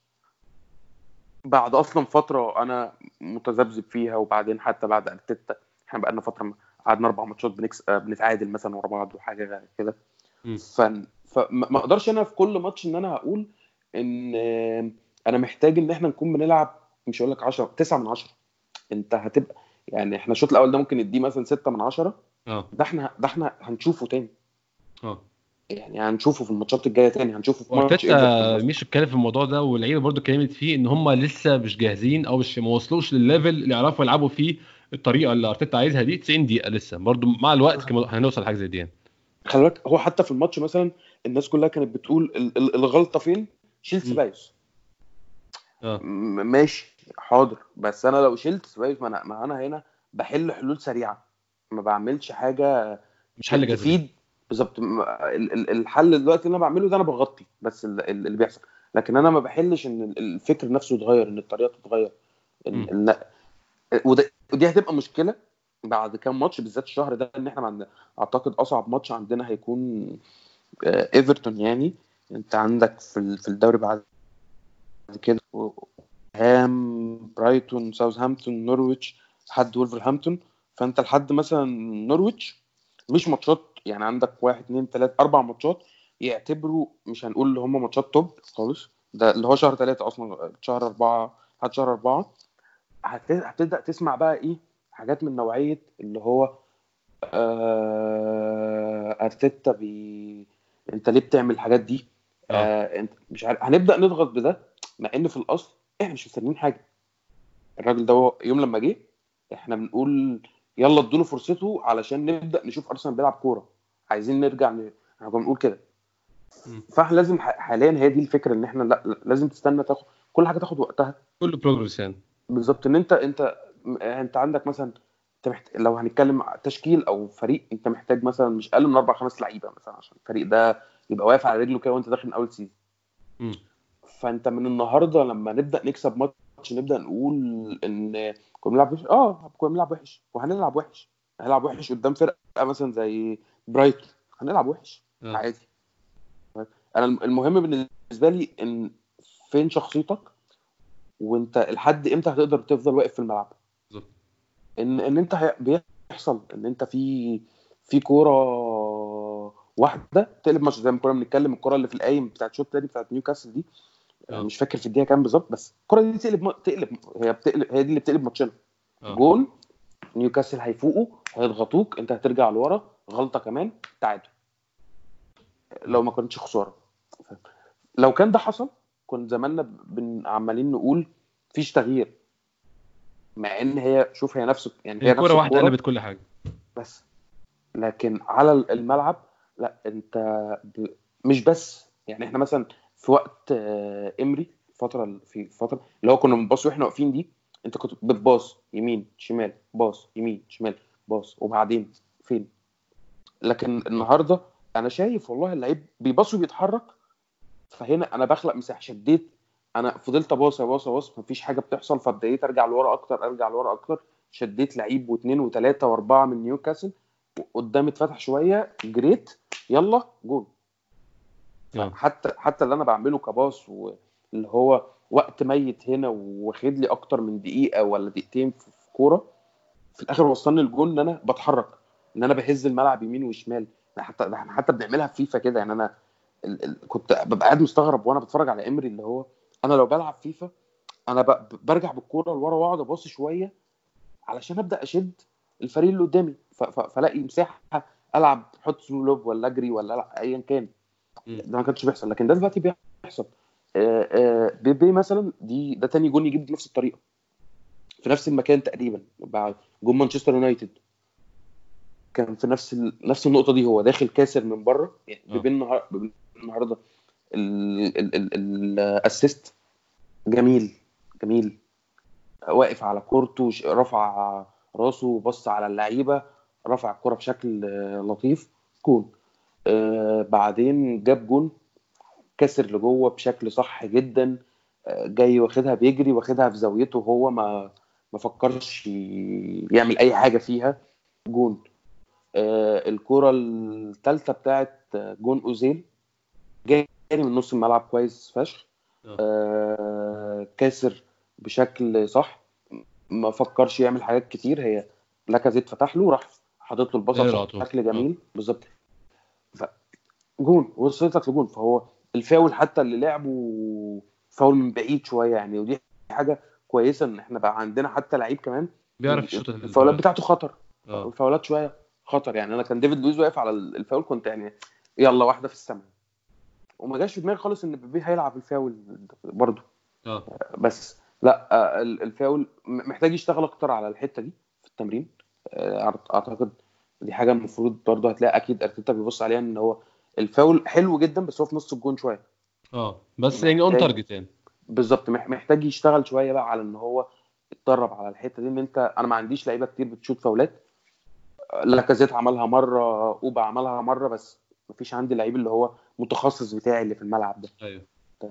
بعد اصلا فتره انا متذبذب فيها، وبعدين حتى بعد ارتيتا احنا بقى لنا فتره م- قعدنا اربع ماتشات بنكس آه، بنتعادل مثلا ورا بعض وحاجه كده. امم ف فما ما اقدرش انا في كل ماتش ان انا هقول ان آه، انا محتاج ان احنا نكون بنلعب، مش هقول لك عشرة تسعة من عشرة. انت هتبقى يعني احنا الشوط الاول ده ممكن نديه مثلا ستة من عشرة. اه ده احنا ده احنا هنشوفه تاني، اه يعني هنشوفه في الماتشات الجايه تاني، هنشوفه في ماتش ايفرتون وارتيتا مثلا. مش اتكلم في الموضوع ده، واللعيبه برضو اتكلمت فيه ان هم لسه مش جاهزين او مش ما وصلوش للليفل اللي يعرفوا يلعبوا فيه الطريقه اللي ارتيتا عايزها دي تسعين دقيقه لسه. برضو مع الوقت كم- هنوصل لحاجه زي دي يعني. خلي بالك هو حتى في الماتش مثلا الناس كلها كانت بتقول ال- ال- الغلطه فين؟ شيل مم. سيبايوس. اه م- ماشي حاضر، بس انا لو شلت سيبايوس ما انا ما انا هنا بحل حلول سريعه، ما بعملش حاجه مش ت- حل جذري. تفيد. بالظبط. م- ال- ال- الحل دلوقتي اللي انا بعمله ده انا بغطي بس ال- ال- اللي بيحصل، لكن انا ما بحلش ان ال- الفكر نفسه يتغير، ان الطريقه تتغير. مم. إن إن وده ودي هتبقى مشكله بعد كام ماتش، بالذات الشهر ده، ان احنا عندنا اعتقد اصعب ماتش عندنا هيكون آه، ايفرتون. يعني انت عندك في ال- في الدوري بعد كده هام، برايتون، ساوثهامبتون، نورويتش، لحد وولفرهامبتون. فانت لحد مثلا نورويتش مش ماتشات، يعني عندك واحد اتنين تلاتة اربع ماتشات يعتبروا، مش هنقول اللي هم ماتشات توب خالص، ده اللي هو شهر ثلاثة اصلا، شهر أربعة لحد شهر أربعة. هت- هتبدأ تسمع بقى ايه حاجات من نوعية اللي هو آه، ارتيتا بي انت ليه بتعمل الحاجات دي؟ اه آه، انت مش عارف، هنبدا نضغط بده، مع ان في الاصل احنا مش مستنيين حاجه. الراجل ده هو يوم لما جه احنا بنقول يلا ادوا فرصته علشان نبدا نشوف ارسنال بيلعب كوره، عايزين نرجع ن... احنا كنا بنقول كده. مم. فاحنا لازم ح- حاليا هي دي الفكره، ان احنا لا لا، لازم تستنى تاخد كل حاجه تاخد وقتها. كله بروجرس يعني. بالظبط. ان انت انت انت عندك مثلا، انت محت... لو هنتكلم ع- تشكيل او فريق، انت محتاج مثلا مش اقل من اربع خمس لعيبه مثلا عشان الفريق ده يبقى واقف على رجله كده وانت داخل من اول سيزون. مم. فانت من النهارده لما نبدا نكسب ماتش نبدا نقول ان كنا بنلعب وحش. اه كنا بنلعب وحش وهنلعب وحش، هنلعب وحش قدام فرقه مثلا زي برايتون، هنلعب وحش اه عادي. انا المهم بالنسبه لي ان فين شخصيتك، وانت لحد امتى هتقدر تفضل واقف في الملعب. بالظبط. ان ان انت هي- بيحصل ان انت في في كوره واحده تقلب ماتش، زي ما كنا بنتكلم الكوره اللي في القايم بتاعت الشوط الثاني بتاعت نيوكاسل دي. اه مش فاكر في الدقيقه كام بالظبط، بس الكوره دي تقلب تقلب هي بتقلب، هي دي اللي بتقلب ماتشنا. اه جون، نيوكاسل هيفوقوا، هيضغطوك، انت هترجع لورا، غلطه كمان تعادل، مم. لو ما كانتش خساره. لو كان ده حصل كنا زماننا بن- عمالين نقول مفيش تغيير، مع ان هي شوف هي نفس يعني هي هي كوره نفس واحده الكوره قلبت كل حاجه. بس. لكن على الملعب لا، انت ب... مش بس يعني احنا مثلا في وقت آه، امري، الفتره في الفتره اللي هو كنا بنباص واحنا واقفين دي، انت كنت بتباص يمين شمال، باص يمين شمال، باص، وبعدين فين؟ لكن اه النهارده انا شايف والله اللعيب بيباص وبيتحرك، فهنا انا بخلق مساحه، شديت، انا فضلت اباص اباص اباص مفيش حاجه بتحصل، فابتديت ارجع لورا اكتر، ارجع لورا اكتر، شديت لعيب واثنين وثلاثه واربعه من نيوكاسل، قدام اتفتح شويه، جريت، يلا جول. اه فحتى حتى اللي انا بعمله كباص واللي هو وقت ميت هنا واخد لي اكتر من دقيقه ولا دقيقتين في في كوره، في الاخر وصلني الجول ان انا بتحرك، ان انا بهز الملعب يمين وشمال. ده حتى ده احنا حتى بنعملها في فيفا كده. يعني انا ال... ال... كنت ببقى قاعد مستغرب وانا بتفرج على امري، اللي هو انا لو بلعب فيفا انا ب... برجع بالكوره لورا واقعد اباصي شويه علشان ابدا اشد الفريق اللي قدامي، ف... ف... فلاقي مساحه العب حط سلوب ولا اجري ولا لا ايا كان. مم. ده ما كانش بيحصل، لكن ده دلوقتي بيحصل. آه، آه، بيبي مثلا دي ده تاني جون يجيب بنفس الطريقه في نفس المكان تقريبا بعد جون مانشستر يونايتد، كان في نفس ال... نفس النقطه دي، هو داخل كاسر من بره يعني. آه. بيبي النهار- بيبي النهارده الاسيست جميل جميل، واقف على كورته، ش- رفع راسه وبص على اللعيبه، رفع الكره بشكل آه، لطيف، جون. آه بعدين جاب جون كسر لجوه بشكل صح جدا، آه، جاي واخدها بيجري واخدها في زاويته، هو ما ما فكرش ي- يعمل اي حاجه فيها، جون. آه الكره الثالثه بتاعت جون اوزيل، جاي من نص الملعب كويس فشخ، آه. آه كاسر بشكل صح، ما فكرش يعمل حاجات كتير، هي لاكازيت فتح له، راح حاطط له البصل داير على طول. بشكل آه. جميل بالظبط، جون وصلتك لجون. فهو الفاول حتى اللي لعبه فاول من بعيد شويه يعني، ودي حاجه كويسه ان احنا بقى عندنا حتى لعيب كمان بيعرف الشوط الفاولات بتاعته خطر، اه الفاولات شويه خطر يعني. انا كان ديفيد لويز واقف على الفاول، كنت يعني يلا واحده في السماء، وما جاش في دماغي خالص ان بيبي هيلعب الفاول برضه. اه بس لا، آه، الفاول محتاج يشتغل اكتر على الحته دي في التمرين. آه، اعتقد دي حاجه المفروض برضه هتلاقي اكيد ارتيتا بيبص عليها، ان هو الفاول حلو جدا بس هو في نص الجون شويه، اه بس يعني اون محتاج تارجت يعني. بالظبط، مح- محتاج يشتغل شويه بقى على ان هو يتدرب على الحته دي. ان انت انا ما عنديش لعيبه كتير بتشوط فاولات، لاكازيت عملها مره، اوبا عملها مره، بس مفيش عندي لعيب اللي هو متخصص بتاعي اللي في الملعب ده. ايوه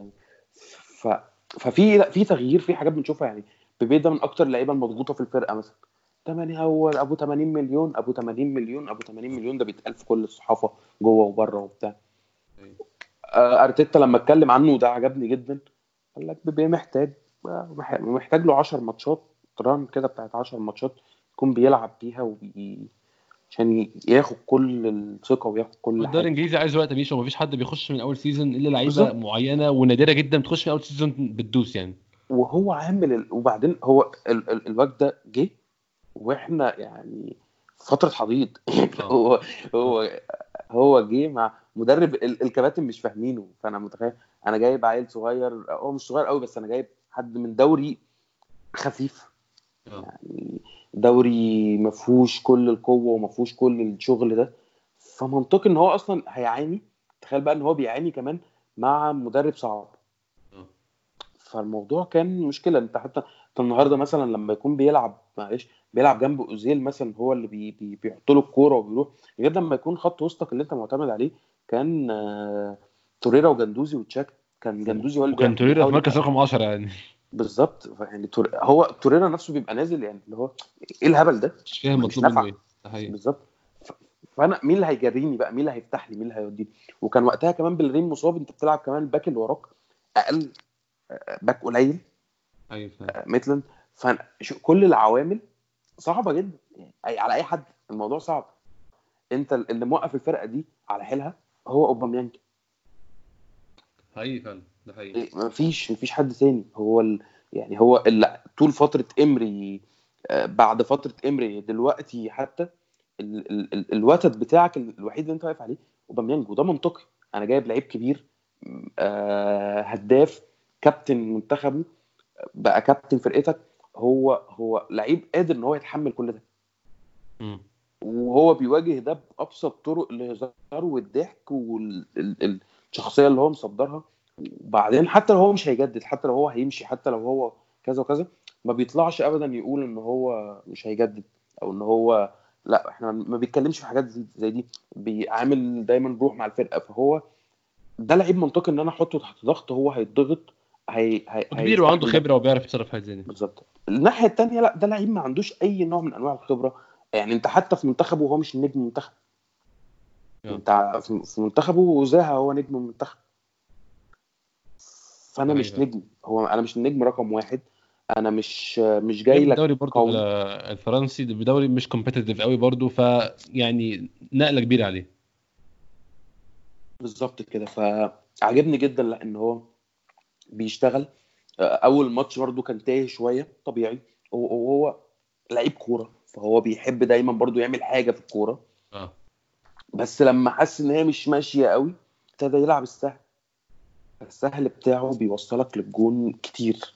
ف... ففي لا، في تغيير، في حاجات بنشوفها يعني. بيبي ده من اكتر اللعيبه المضغوطه في الفرقه مثلا، تمانية هو ابو ثمانين مليون، ابو ثمانين مليون، ابو ثمانين مليون، ده بيتقال في كل الصحافه جوه وبره وبتاع. ايوه آه، ارتيتا لما اتكلم عنه وده عجبني جدا، قال لك بيبي محتاج آه، مح- محتاج له عشر ماتشات ران كده، بتاعت عشر ماتشات يكون بيلعب فيها وبي... عشان ي- ياخد كل الثقه وياخد كل الدوري حاجه. الانجليزي عايز وقت يا بيشو، مفيش حد بيخش من اول سيزون الا لعيبه بالظبط، معينه ونادره جدا بتخش من اول سيزون بتدوس يعني. وهو عامل ال... وبعدين هو ال... ال... الوقت ده جه واحنا يعني في فتره حضيض اه هو اه هو هو جه مع مدرب ال... الكباتن مش فاهمينه. فانا متخيل انا جايب عيل صغير، هو مش صغير قوي بس انا جايب حد من دوري خفيف اه يعني، دوري ما فيهوش كل القوه وما فيهوش كل الشغل ده، فمنطقي ان هو اصلا هيعاني. تخيل بقى ان هو بيعاني كمان مع مدرب صعب، اه فالموضوع كان مشكله. انت حتى انت النهارده مثلا لما يكون بيلعب معلش بيلعب جنب اوزيل مثلا، هو اللي بي بي بيحط له الكوره وبيروح، غير لما يكون خط وسطك اللي انت معتمد عليه كان آه، توريرا وجندوزي وتشاك. كان جندوزي هو اللي وكان بي- توريرا في بيحاول مركز يبقى رقم عشرة يعني. بالظبط. يعني تور... هو توريرا نفسه بيبقى نازل يعني اللي هو ايه الهبل ده، مش فاهم مش مطلوب منه نافع. ايه. ده حقيقي. بالظبط. ف- فانا مين اللي هيجريني بقى، مين اللي هيفتح لي، مين اللي هيوديني؟ وكان وقتها كمان بالريم مصاب، انت بتلعب كمان الباك اللي وراك اقل، باك قليل ايوه فاهم. ميتلاند. فكل العوامل صعبه جدا يعني، أي على اي حد الموضوع صعب. انت اللي موقف الفرقه دي على حيلها هو اوباميانج، حقيقي فعلا ده حقيقي. إيه، مفيش مفيش حد تاني. هو ال... يعني هو اللي طول فتره امري، آه، بعد فتره امري دلوقتي حتى ال... ال... ال... الوتد بتاعك الوحيد اللي انت واقف عليه اوباميانج، وده منطقي. انا جايب لعيب كبير، آه، هداف، كابتن منتخبه، بقى كابتن فرقتك، هو هو لعيب قادر ان هو يتحمل كل ده، امم وهو بيواجه ده بأبسط طرق الهزار والضحك والشخصية اللي هو مصدرها. وبعدين حتى لو هو مش هيجدد، حتى لو هو هيمشي، حتى لو هو كذا وكذا، ما بيطلعش ابدا يقول ان هو مش هيجدد، او ان هو لا، احنا ما بيتكلمش في حاجات زي زي دي، بيعامل دايما روح مع الفرقة. فهو ده لعيب منطقي ان انا احطه تحت ضغط، هو هيتضغط، هي هي كبير وعنده هيستحمل ده. خبره وبيعرف يتصرف في حاجات زي دي. بالظبط. الناحيه التانية لا، ده لعيب ما عندوش اي نوع من انواع الخبره يعني. انت حتى في منتخبه هو مش نجم منتخب، اه انت في في منتخبه زاها هو نجم المنتخب، ده فانا حقيقي مش فعلا. نجم، هو انا مش النجم رقم واحد، انا مش مش جاي جايب لك الدوري برضو قوي. الفرنسي، ده دوري مش كومبيتيتيف قوي برضو، فيعني نقله كبيره عليه. بالظبط كده، فعجبني جدا لان هو بيشتغل. اول ماتش برضو كان تايه شويه طبيعي، وهو لعيب كوره، فهو بيحب دايما برضو يعمل حاجه في الكوره. اه بس لما حس ان هي مش ماشيه قوي ابتدى يلعب السهل. السهل بتاعه بيوصلك للجون كتير.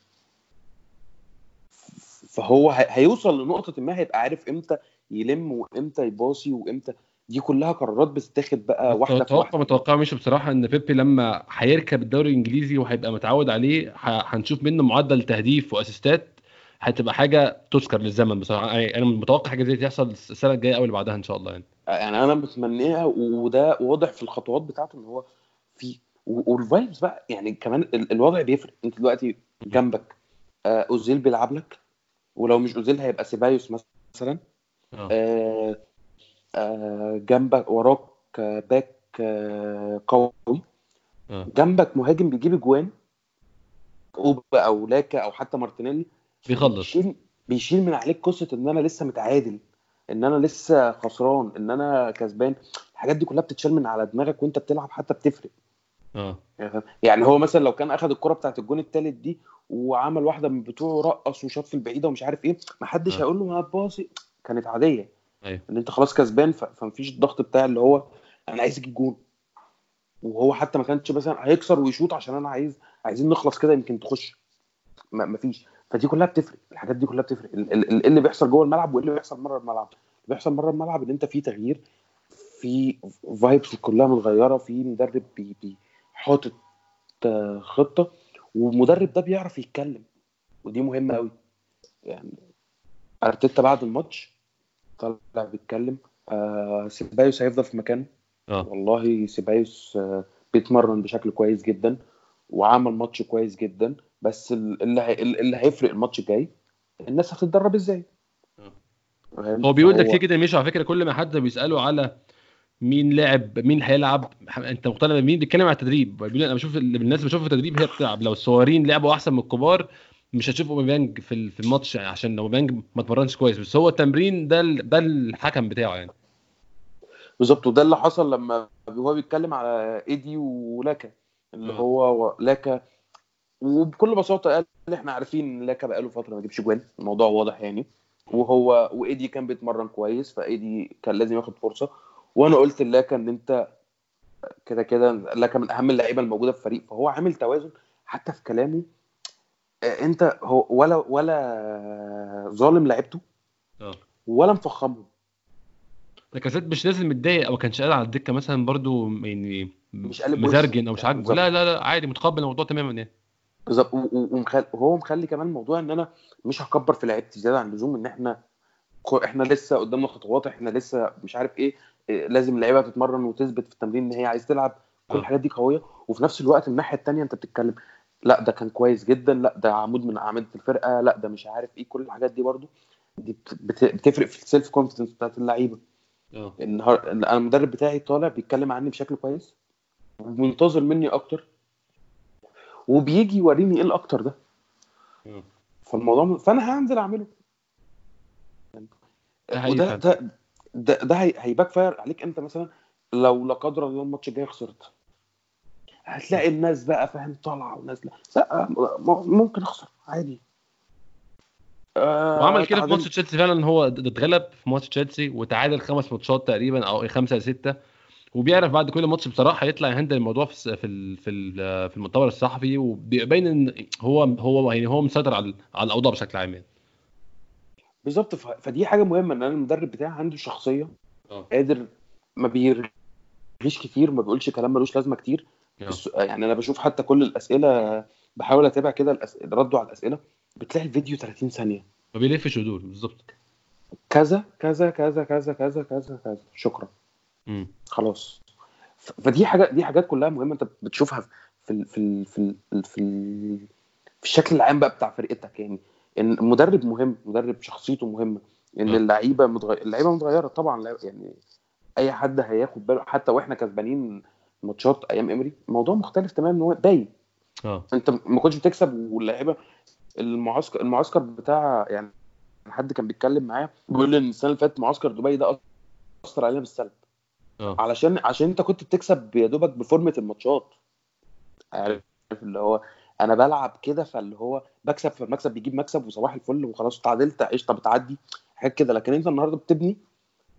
فهو ه- هيوصل لنقطه ما هيبقى عارف امتى يلم وامتى يباصي وامتى. دي كلها قرارات بتتاخد بقى واحده في متوقع واحده. متوقع مش بصراحه ان بيبي لما هيركب الدوري الانجليزي وهيبقى متعود عليه ه- هنشوف منه معدل تهديف واسيستات هتبقى حاجه تذكر للزمن بصراحه. يعني انا متوقع حاجه زي دي تحصل السنه الجايه او اللي بعدها ان شاء الله يعني. يعني انا متمناها وده واضح في الخطوات بتاعته ان هو في و- والفايبس بقى يعني كمان ال- الوضع بيفرق. انت دلوقتي جنبك آه، اوزيل بيلعب لك، ولو مش اوزيل هيبقى سيبايوس مثلا. اه آه، آه، جنبك وراك آه، باك آه، قوي. اه جنبك مهاجم بيجيب اجوان، اوبا او لاكا او حتى مارتينيلي. بيخلص. فبيشيل بيشيل من عليك قصه ان انا لسه متعادل، ان انا لسه خسران، ان انا كسبان. الحاجات دي كلها بتتشال من على دماغك وانت بتلعب حتى بتفرق. اه يعني هو مثلا لو كان اخذ الكره بتاعت الجون الثالث دي وعمل واحده من بتوعه رقص وشاط في البعيده ومش عارف ايه، ما حدش اه هيقول له ما تباصي. كانت عاديه ايوه ان انت خلاص كسبان. ف- فمفيش الضغط بتاع اللي هو انا عايز اجيب جون. وهو حتى ما كانش مثلا هيكسر ويشوط عشان انا عايز عايزين نخلص كده يمكن تخش. ما ما فيش. فدي كلها بتفرق. الحاجات دي كلها بتفرق. ال- ال- ال- اللي بيحصل جوه الملعب وايه اللي بيحصل بره الملعب. اللي بيحصل بره الملعب ان انت في تغيير، في فايبس كلها متغيره، في مدرب بي بي حاطط آه، خطه، والمدرب ده بيعرف يتكلم. ودي مهمه قوي. يعني ارتيتا بعد الماتش طلع بيتكلم. آه سيبايوس هيفضل في مكانه. اه والله سيبايوس آه بيتمرن بشكل كويس جدا وعمل ماتش كويس جدا. بس ال- اللي هي اللي هيفرق الماتش الجاي الناس هتتدرب ازاي. آه. فاهم؟ هو بيقول ده كتير فهو جدا مش على فكره كل ما حد بيساله على مين لاعب مين هيلعب انت مقتنع مين بيتكلم على التدريب بيقول انا بشوف اللي الناس بشوفه في التدريب هي بتلعب لو الصغيرين لعبوا احسن من الكبار مش هتشوف اوباميانج في ال- في الماتش يعني عشان اوباميانج ما اتمرنش كويس بس هو التمرين ده ال- ده الحكم بتاعه يعني. بالظبط. وده اللي حصل لما هو بيتكلم على ايدي ولاكا. اللي اه هو لاكا وبكل بساطه قال احنا عارفين ان لاكا بقاله فتره ما جابش جوان. الموضوع واضح يعني. وهو وايدي كان بيتمرن كويس فايدي كان لازم ياخد فرصه. وانا قلت لاكا ان انت كده كده لاكا من اهم اللعيبه الموجوده في الفريق. فهو عامل توازن حتى في كلامه. آه، انت هو ولا ولا ظالم لعيبته اه ولا مفخمهم. لاكازيت مش لازم متضايق او ما كانش قاعد على الدكه مثلا برضو يعني مش قالب وش مزرجن او مش يعني. عاجبه لا بالظبط. لا لا عادي متقبل الموضوع تماما يعني. بالظبط. و- و- ومخل... وهو مخلي كمان الموضوع ان انا مش هكبر في لعيبتي زياده عن اللزوم. ان احنا احنا لسه قدامنا خطوات. احنا لسه مش عارف ايه. إيه، لازم اللعيبه تتمرن وتثبت في التمرين ان هي عايز تلعب. كل اه الحاجات دي قويه. وفي نفس الوقت من الناحيه التانيه انت بتتكلم لا ده كان كويس جدا، لا ده عمود من اعمده الفرقه، لا ده مش عارف ايه. كل الحاجات دي برضو دي بت- بت- بتفرق في السيلف كونفيدنس بتاعت اللعيبه. اه النهار انا المدرب بتاعي طالع بيتكلم عني بشكل كويس ومنتظر مني اكتر وبيجي يوريني ايه الاكتر ده. اه فالموضوع فانا هنزل اعمله. ده حقيقي وده فعلا. ده ده, ده هي- هيباك فاير عليك انت مثلا. لو لا قدر الله الماتش الجاي خسرت هتلاقي الناس بقى فاهم طالعه ونازله. لا م- ممكن اخسر عادي. آه وعمل كده في ماتش تعادل. تشيلسي فعلا هو د- اتغلب في ماتش تشيلسي وتعادل خمس ماتشات تقريبا او خمسة ستة وبيعرف بعد كل ماتش بصراحه يطلع يهندل الموضوع في الس- في ال- في ال- في المؤتمر الصحفي وبيبين ان هو هو يعني هو مسيطر على على الاوضاع بشكل عام يعني. بالظبط. ف- فدي حاجه مهمه ان انا المدرب بتاعي عنده شخصيه اه قادر. ما بيرغيش كتير، ما بيقولش كلام ملوش لازمه كتير. اه الس- يعني انا بشوف حتى كل الاسئله بحاول اتابع كده الأس... ردوا على الاسئله بتلاقي الفيديو ثلاثين ثانيه. ما بيلفش ودور بالظبط. كذا كذا كذا كذا كذا كذا كذا شكرا امم خلاص. ف- فدي حاجه دي حاجات كلها مهمه انت بتشوفها في ال في ال في ال في ال في الشكل العام بقى بتاع فرقتك يعني. ان المدرب مهم، مدرب شخصيته مهمه. ان اه اللعيبه متغير اللعيبه متغيره طبعا. لا- يعني اي حد هياخد باله حتى واحنا كسبانين ماتشات ايام امري الموضوع مختلف تماما. ان هو باين اه انت ما كنتش بتكسب واللعيبه. المعسكر المعسكر بتاع يعني حد كان بيتكلم معايا بيقول لي ان السنه اللي فاتت معسكر دبي ده اثر علينا بالسلب. اه علشان عشان انت كنت بتكسب يا دوبك بفورمه الماتشات. ايوه عارف اللي هو انا بلعب كده فاللي هو بكسب فالمكسب بيجيب مكسب وصباح الفل وخلاص تعادلت عيش طب تعدي حاجات كده. لكن انت النهارده بتبني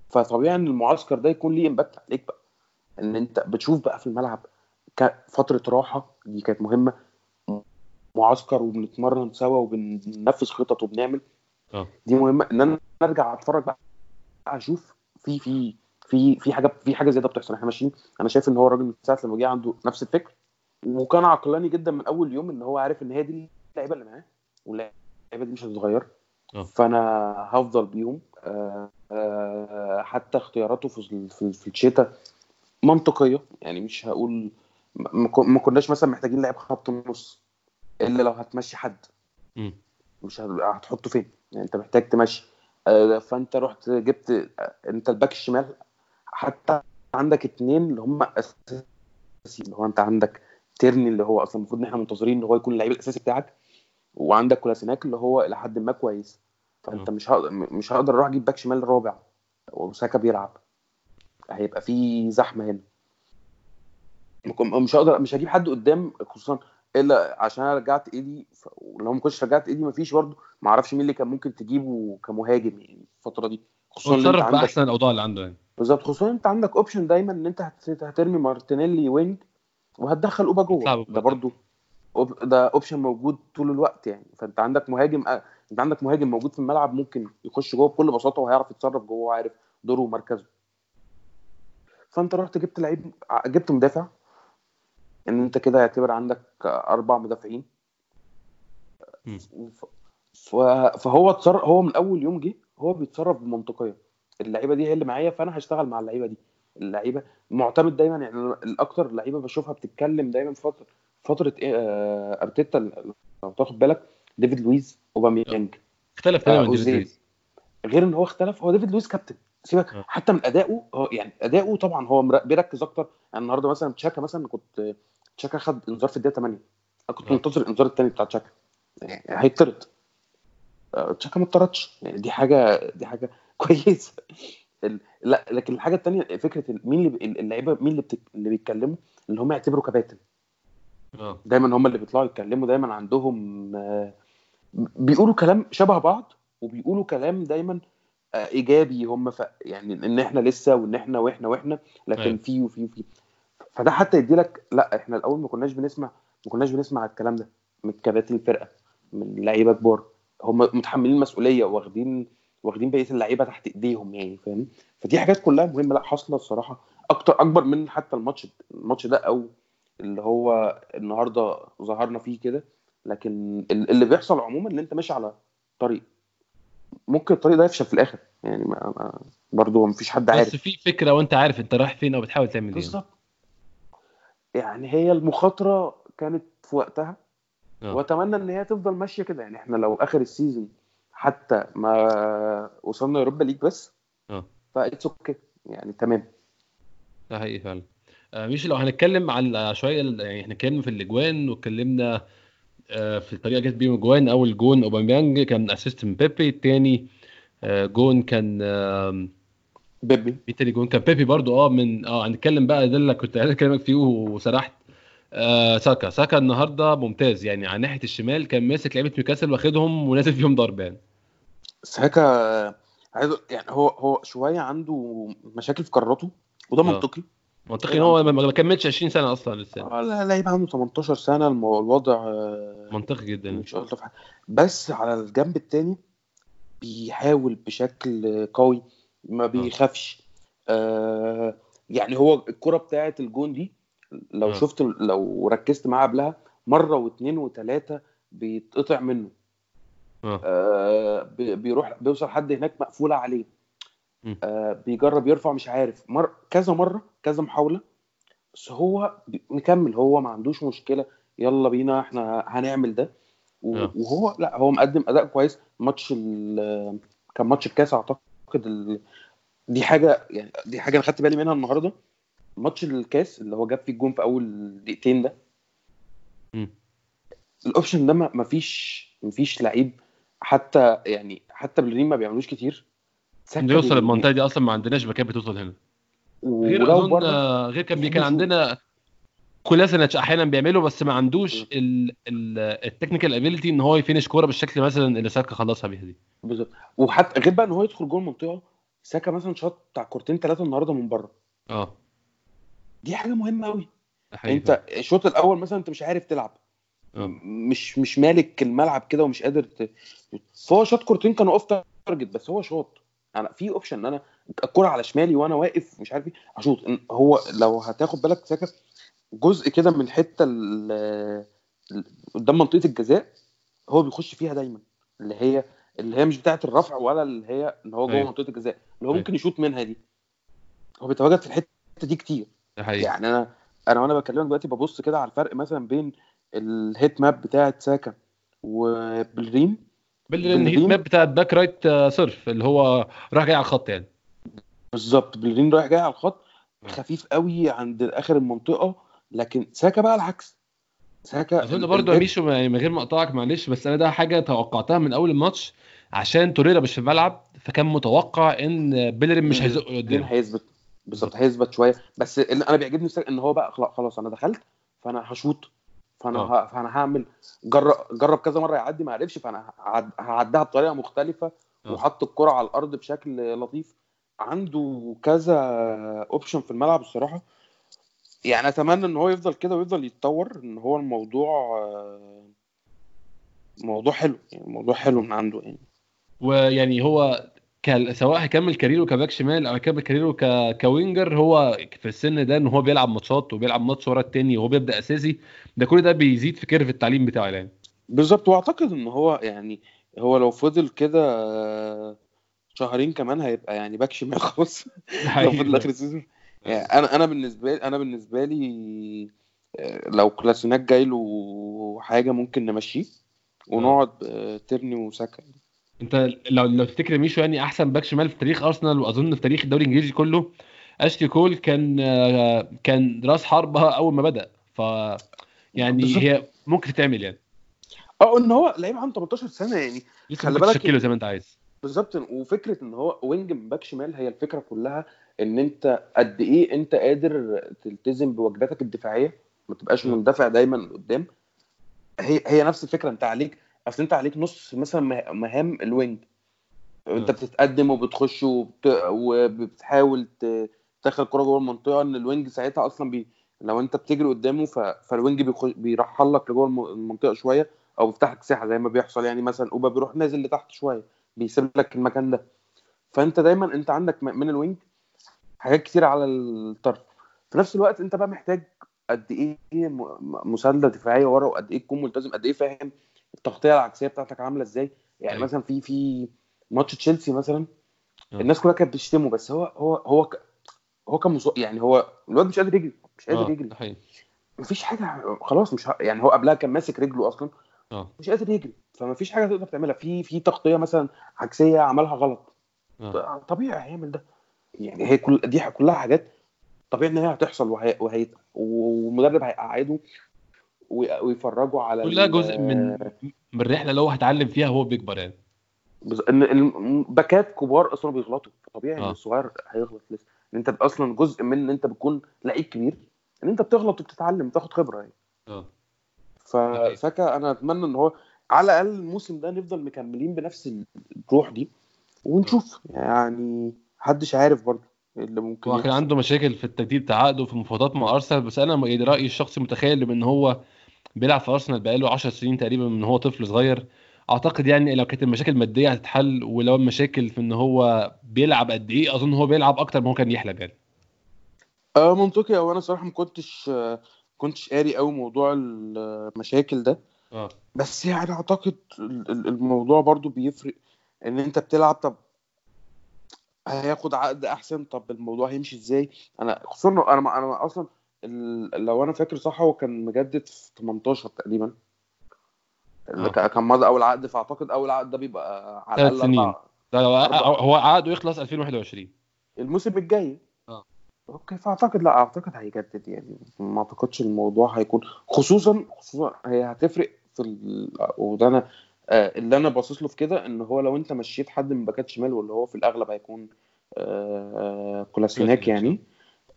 فطبيعي ان المعسكر ده يكون ليه امباكت عليك بقى، ان انت بتشوف بقى في الملعب فتره راحه دي كانت مهمه، معسكر وبنتمرن سوا وبننفذ خطط وبنعمل اه دي مهمه، ان انا ارجع اتفرج بقى اشوف في في في في حاجه في حاجه زي ده بتحصل. احنا ماشيين، انا شايف ان هو الراجل من ساعه لما جه عنده نفس الفكر، وكان عقلاني جدا من اول يوم، ان هو عارف ان هي دي اللعيبه اللي معاه واللعيبه دي مش هتتغير. اه فانا هفضل بيهم. آه، آه، حتى اختياراته في في, في الشتاء منطقيه، يعني مش هقول ما كن- ما كناش مثلا محتاجين لاعب خط نص الا لو هتمشي حد، امم مش هت- هتحطه فين يعني، انت محتاج تمشي. آه، فانت رحت جبت آه، انت الباك الشمال، حتى عندك اتنين اللي هم اساسيين، اللي هو انت عندك تيرني اللي هو اصلا المفروض ان احنا منتظرين ان هو يكون اللعيب الاساسي بتاعك، وعندك كولاسيناك اللي هو الى حد ما كويس. فانت اه مش هقدر مش هقدر اروح اجيب باك شمال رابع وساكا بيلعب، هيبقى في زحمه هنا. مش هقدر مش هجيب حد قدام خصوصا الا عشان انا رجعت ايدي ف... ولو ما كنتش رجعت ايدي مفيش برضه، ما اعرفش مين اللي كان ممكن تجيبه كمهاجم يعني الفتره دي، هو خصوصا ان انت اتصرف عندك باحسن الاوضاع اللي عنده يعني. بالظبط، خصوصا انت عندك اوبشن دايما ان انت هت- هترمي مارتينيلي وينج وهتدخل اوبا يطلع جوه، ده ببطل. برضه أوب- ده اوبشن موجود طول الوقت يعني. فانت عندك مهاجم أ- انت عندك مهاجم موجود في الملعب ممكن يخش جوه بكل بساطه وهيعرف يتصرف جوه وعارف دوره ومركزه. فانت رحت جبت لعيب، جبت مدافع، ان انت كده يعتبر عندك اربع مدافعين. امم ف- ف- فهو اتصرف، هو من اول يوم جه هو بيتصرف بمنطقيه، اللعيبه دي هي اللي معايا فانا هشتغل مع اللعيبه دي. اللعيبه معتمد دايما يعني، الاكتر اللعيبه بشوفها بتتكلم دايما في فتره فتره إيه، آه، ارتيتا لو تاخد بالك، ديفيد لويز، اه اوباميانج، اختلف آه، تماما ديفيد اوزيل. لويس. غير ان هو اختلف، هو ديفيد لويز كابتن، سيبك اه حتى من ادائه، هو يعني اداؤه طبعا هو مر- بيركز اكتر. يعني النهارده مثلا تشاكا مثلا، كنت تشاكا خد انذار في الدقيقه ثمانية، انا كنت اه منتظر الانذار الثاني بتاع تشاكا، يعني هيطرد. آه، تشاكا ما اتطردش، يعني دي حاجه دي حاجه كويسه. ال- لا لكن الحاجه الثانيه فكره ال- مين اللي بي- اللعيبه مين اللي, بتك... اللي بيتكلموا، اللي هم يعتبروا كباتن، اه دايما هم اللي بيطلعوا يتكلموا، دايما عندهم آه، بيقولوا كلام شبه بعض، وبيقولوا كلام دايما آه، ايجابي. هم ف... يعني ان احنا لسه، وان احنا واحنا واحنا لكن ايوه في وفي وفي فده حتى يدي لك، لا احنا الاول ما كناش بنسمع ما كناش بنسمع الكلام ده من كباتن الفرقه، من لعيبه كبار، هم متحملين مسؤوليه، واخدين واخدين بقيه اللعيبه تحت ايديهم يعني، فاهم. فدي حاجات كلها مهمه، لا حاصله الصراحه اكتر اكبر من حتى الماتش الماتش ده، او اللي هو النهارده ظهرنا فيه كده. لكن ال- اللي بيحصل عموما ان انت ماشي على طريق، ممكن الطريق ده يفشل في الاخر يعني، ما ما برضه مفيش حد بس عارف. في فكره وانت عارف انت رايح فين او بتحاول تعمل ايه. بالظبط، يعني هي المخاطره كانت في وقتها، اه واتمنى ان هي تفضل ماشيه كده يعني. احنا لو اخر السيزون حتى ما وصلنا يوروبا ليج بس، اه فايتس اوكي يعني، تمام. ده حقيقي فعلا. آه مش لو هنتكلم على شويه ال- يعني احنا اتكلمنا في الاجوان واتكلمنا آه في الطريقه جت بيهم اجوان. اول جون اوباميانج كان اسيست من بيبي، الثاني آه جون كان آه بيبي في تاني جون كان بيبي برضو. اه من اه هنتكلم بقى ده اللي كنت عايز اكلمك فيه وسرحت. آه ساكا ساكا النهارده ممتاز يعني، على ناحيه الشمال كان ماسك لعيبه نيوكاسل واخدهم ونازل فيهم ضرب يعني. ساكا عايز يعني، هو هو شويه عنده مشاكل في قراراته، وده اه منطقي. منطقي لعيب ان عنده هو ما ما تمنتاشر، كملش عشرين سنه اصلا لسه. آه، لا لعيب عنده تمنتاشر سنه، المو- الوضع آه، منطقي جدا. مش الطف حاجه. بس على الجنب التاني بيحاول بشكل قوي، ما اه بيخافش. آه يعني هو الكرة بتاعت الجون دي، لو اه شفت لو ركزت معاه قبلها مرة واثنين وثلاثة بيتقطع منه. اه آه بي- بيروح بيوصل حد هناك مقفولة عليه. مم. آه بيجرب يرفع مش عارف، مر كذا مرة كذا محاولة، بس هو بي- مكمل، هو ما عندوش مشكلة، يلا بينا احنا هنعمل ده. و- اه وهو لا هو مقدم اداء كويس. ماتش ال- كان ماتش الكاس اعتقد ال- دي حاجه يعني، دي حاجه انا خدت بالي منها النهارده. ماتش الكاس اللي هو جاب فيه الجون في اول دقيقتين ده، مم. الاوبشن ده ما ما فيش ما فيش لعيب، حتى يعني حتى بالريم ما بيعملوش كتير. انه سكه يوصل بي بي المنطقه دي اصلا ما عندناش باكات بتوصل هنا. غير ولو اظن بره آه، غير كان بي بيحب كان يشوط. عندنا كولاسينيتش احيانا بيعمله، بس ما عندوش التكنيكال ابيليتي ان هو يفينش كوره بالشكل مثلا اللي ساكا خلصها بيها دي. بالظبط، وحتى غير بقى ان هو يدخل جوه المنطقه، ساكا مثلا شاط بتاع كورتين ثلاثه النهارده من بره، اه دي حاجه مهمه قوي. ده حقيقي انت الشوط الاول مثلا انت مش عارف تلعب، اه م- مش مش مالك الملعب كده ومش قادر ت... فهو شاط كورتين كانوا اوف تارجت، بس هو شاط. انا في اوبشن ان انا الكره على شمالي وانا واقف مش عارف ايه اشوط. إن- هو لو هتاخد بالك ساكا جزء كده من الحته ال- ال- قدام منطقه الجزاء هو بيخش فيها دايما، اللي هي اللي هي مش بتاعه الرفع ولا اللي هي ان هو جوه ايوه منطقه الجزاء اللي هو ايوه ممكن يشوط منها دي. هو بيتواجد في الحته دي كتير. ده حقيقي. يعني انا انا وانا بكلمك دلوقتي ببص كده على الفرق مثلا بين الهيت ماب بتاعه ساكا وبلرين. بالهيت بلرين ماب بتاع الباك رايت آه، صرف اللي هو راح جاي على الخط يعني. بالظبط، بلرين رايح جاي على الخط آه. خفيف قوي عند اخر المنطقه، لكن ساكا بقى العكس. ساكا اظن ال- برضو يا الهيت ميشو يعني من غير ما اقطعك معلش، بس انا ده حاجه توقعتها من اول الماتش عشان توريرا مش في الملعب، فكان متوقع ان بيلرين مش ان هيزقه بلرين لقدام. هيثبت. بالظبط بالظبط. هيثبت شويه، بس اللي انا بيعجبني في ساكا ان هو بقى خلا- خلاص انا دخلت فانا هشوط، فانا اه ه... فانا هعمل جرب جرب كذا مره يعدي ما عرفش، فانا هعد... هعديها بطريقه مختلفه، اه وحط الكره على الارض بشكل لطيف. عنده كذا اوبشن في الملعب الصراحه. يعني اتمنى ان هو يفضل كده ويفضل يتطور، ان هو الموضوع آه، موضوع حلو، يعني موضوع حلو من عنده يعني. ويعني هو ك... سواء هيكمل كاريره كباك شمال او هيكمل كاريره ك... كوينجر، هو في السن ده ان هو بيلعب ماتشات وبيلعب ماتش ورا التاني وهو بيبدا اساسي، ده كل ده بيزيد في كيرف التعليم بتاعه يعني. بالظبط، واعتقد ان هو يعني هو لو فضل كده آه، شهرين كمان هيبقى يعني باك شمال خلاص. ده لو حقيقي فضل اخر فعلا. السيزون. يعني ايوه انا انا بالنسبه لي انا بالنسبه لي آه، لو كلاسيناك جاي له حاجه ممكن نمشيه اه. ونقعد آه، ترني وساكا. انت لو لو تفتكر ميشو يعني احسن باك شمال في تاريخ ارسنال واظن في تاريخ الدوري الانجليزي كله، اشلي كول كان آه، كان راس حربة اول ما بدا، ف يعني بالظبط. هي ممكن تتعمل يعني. اه ان هو لعيب عنده تمنتاشر سنه يعني. لسه خلي ممكن تشكله بالك زي ما انت عايز. بالظبط، وفكره ان هو وينج من باك شمال هي الفكره كلها ان انت قد ايه انت قادر تلتزم بواجباتك الدفاعيه، ما تبقاش اه مندفع دايما قدام. هي هي نفس الفكره. انت عليك اصل انت عليك نص مثلا مه- مهام الوينج. انت اه بتتقدم وبتخش وبت... وبتحاول ت- تدخل الكره جوه المنطقه، ان الوينج ساعتها اصلا بي... لو انت بتجري قدامه ف... فالوينج بيخش... بيرحل لك لجوه الم- المنطقه شويه، او بيفتح لك ساحه زي ما بيحصل. يعني مثلا اوبا بيروح نازل لتحت شويه بيسيب لك المكان ده. فانت دايما انت عندك م- من الوينج حاجات كتير على الطرف. في نفس الوقت انت بقى محتاج قد ايه م- م- مسانده دفاعيه ورا، وقد ايه تكون ملتزم، قد ايه فاهم التغطيه العكسيه بتاعتك عامله ازاي. يعني ايوه مثلا في في ماتش تشيلسي مثلا اه الناس كلها كانت بتشتمه، بس هو هو هو ك- هو كان مص... يعني هو الواد مش قادر يجري، مش قادر اه يجري. ده حقيقي. مفيش حاجه خلاص، مش ه... يعني هو قبلها كان ماسك رجله اصلا، اه مش قادر يجري. فمفيش حاجه تقدر تعملها في في تغطيه مثلا عكسيه عملها غلط. اه طبيعي هيعمل ده. يعني هي كل دي كلها حاجات طبيعي ان هي هتحصل، وهي... وهي... والمدرب هيقعده وي- ويفرجوا على كلها ال... جزء من من الرحله اللي هو هيتعلم فيها وهو بيكبر يعني. بز- ان الباكات كبار اصلا بيغلطوا، فطبيعي ان اه الصغير هيغلط لسه. ان انت اصلا جزء من ان انت بتكون لعيب كبير ان انت بتغلط وبتتعلم بتاخد خبره يعني. اه ده حقيقي. فساكا انا اتمنى ان هو على الاقل الموسم ده نفضل مكملين بنفس الروح دي، اه ونشوف يعني محدش عارف برضه إيه اللي ممكن هو كان يحصل. عنده مشاكل في التجديد بتاع عقده في المفاوضات مع ارسنال، بس انا يعني رايي الشخصي متخيل بان هو بيلعب في ارسنال بقاله عشر سنين تقريبا من هو طفل صغير. اعتقد يعني لو كانت المشاكل الماديه هتتحل، ولو المشاكل في ان هو بيلعب قد ايه، اظن هو بيلعب اكتر ما هو كان يحلم يعني. اه منطقي. او انا صراحه ما كنتش آه، كنتش قاري قوي موضوع المشاكل ده. اه بس يعني اعتقد ال- ال- الموضوع برضو بيفرق ان انت بتلعب. طب هياخد عقد احسن، طب الموضوع هيمشي ازاي؟ انا خصوصا إنه انا انا اصلا ال- لو انا فاكر صح هو كان مجدد في تمنتاشر تقريبا اللي اه ك- كان مضى اول عقد. فاعتقد اول عقد ده بيبقى على ثلاث الاقل سنين. اربع ده هو اربع هو عقده يخلص ألفين وواحد وعشرين. الموسم الجاي. اه اوكي، فاعتقد لا اعتقد هيجدد يعني. ما اعتقدش الموضوع هيكون خصوصا خصوصا هي هتفرق في ال... وده انا آه، اللي انا باصص له في كده ان هو لو انت مشيت حد من باكات شمال واللي هو في الاغلب هيكون آه، كولاسيناك كلاسينيك اه يعني.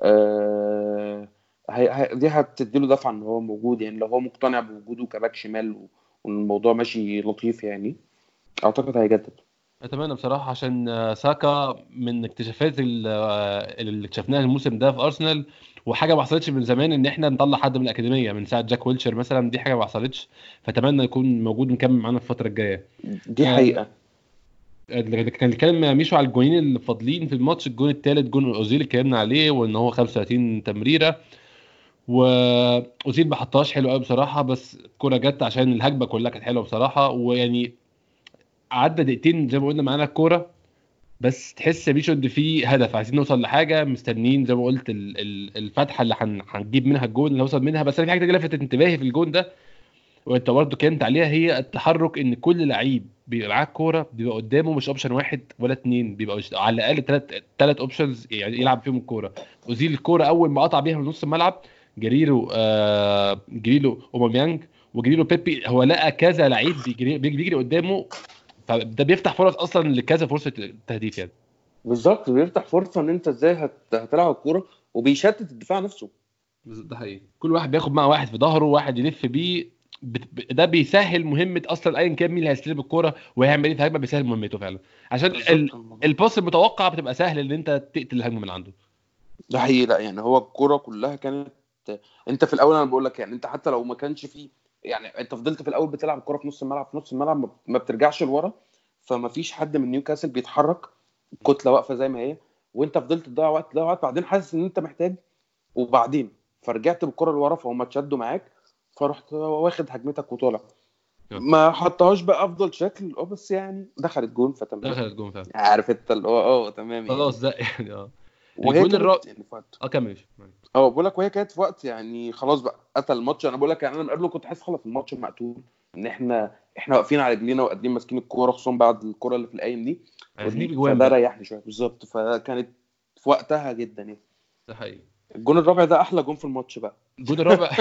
آه، هي هي دي هتديله دفعه ان هو موجود، يعني لو هو مقتنع بوجوده كباك شمال و- والموضوع ماشي لطيف يعني اعتقد هيجدد. اتمنى بصراحه عشان آه، ساكا من اكتشافات ال- آه، اللي اكتشفناها الموسم ده في ارسنال، وحاجه ما حصلتش من زمان ان احنا نطلع حد من الاكاديميه من ساعه جاك ويلشر مثلا، دي حاجه ما حصلتش. فاتمنى يكون موجود مكمل معانا في الفتره الجايه. دي آه، حقيقه. اللي كان بيتكلم ميشو على الجونين اللي فاضلين في الماتش، الجون الثالث جون اوزيل اللي اتكلمنا عليه، وان هو خمسة وثلاثين تمريره، واوزيل ما حطهاش حلو قوي بصراحه، بس الكوره جت عشان الهجمه كلها كانت حلوه بصراحه. ويعني عدى دقيقتين زي ما قلنا معانا الكوره، بس تحس يا بيشو ان في هدف، عايزين نوصل لحاجه، مستنيين زي ما قلت ال- ال- الفتحه اللي هن- هنجيب منها الجون اللي نوصل منها. بس انا في حاجه كده لفتت انتباهي في الجون ده، وانت برضه كلمت عليها، هي التحرك، ان كل لعيب بيبقى معاه الكوره بيبقى قدامه مش اوبشن واحد ولا اتنين، بيبقى على الاقل ثلاث ثلاث اوبشنز يعني يلعب فيهم الكوره. اوزيل الكوره اول ما قطع بيها من نص الملعب، جريرو آه جريرو اوباميانج وجريرو بيبي، هو لقى كذا لعيب بيجري بيجري قدامه، فده بيفتح فرص اصلا لكذا فرصه تهديف يعني. بالظبط، بيفتح فرصه ان انت ازاي هت... هتلعب الكوره، وبيشتت الدفاع نفسه. بس ده حقيقي، كل واحد بياخد معاه واحد في ظهره، واحد يلف بيه، بت... ب- ده بيسهل مهمه اصلا ايا كان مين اللي هيستلم الكوره وهيعمل ايه في الهجمه، بيسهل مهمته فعلا، عشان ال... بالظبط الموضوع الباص المتوقع بتبقى سهل ان انت تقتل الهجمه من عنده. ده حقيقي. لا يعني هو الكوره كلها كانت، انت في الاول انا بقول لك يعني انت حتى لو ما كانش فيه، يعني انت فضلت في الاول بتلعب الكوره في نص الملعب، في نص الملعب ما ما بترجعش لورا، فما فيش حد من نيوكاسل بيتحرك، الكتله واقفه زي ما هي، وانت فضلت تضيع وقت تضيع وقت، بعدين حاسس ان انت محتاج، وبعدين فرجعت بالكره لورا فهم اتشدوا معاك، فرحت واخد هجمتك وطالع. آه. ما حطهاش بافضل شكل، اه بس يعني دخلت جون فتمام. دخلت جون فعلا. عارف انت اللي هو اه تمام خلاص يعني. ده يعني اه. وهي الجون الرابع. كانت يعني في وقت، اه كمل. اه بقول لك وهي كانت في وقت يعني خلاص بقى قتل الماتش. انا بقول لك يعني انا من قبله كنت حاسس خلاص الماتش مقتول، ان احنا احنا واقفين على رجلينا وقاعدين ماسكين الكوره، خصوصا بعد الكوره اللي في الايام دي عايزين نجيب ودي، جوان فده بقى. ريحني شويه بالظبط، فكانت في وقتها جدا يعني. ده حقيقي. الجون الرابع ده احلى جون في الماتش بقى. الجون الرابع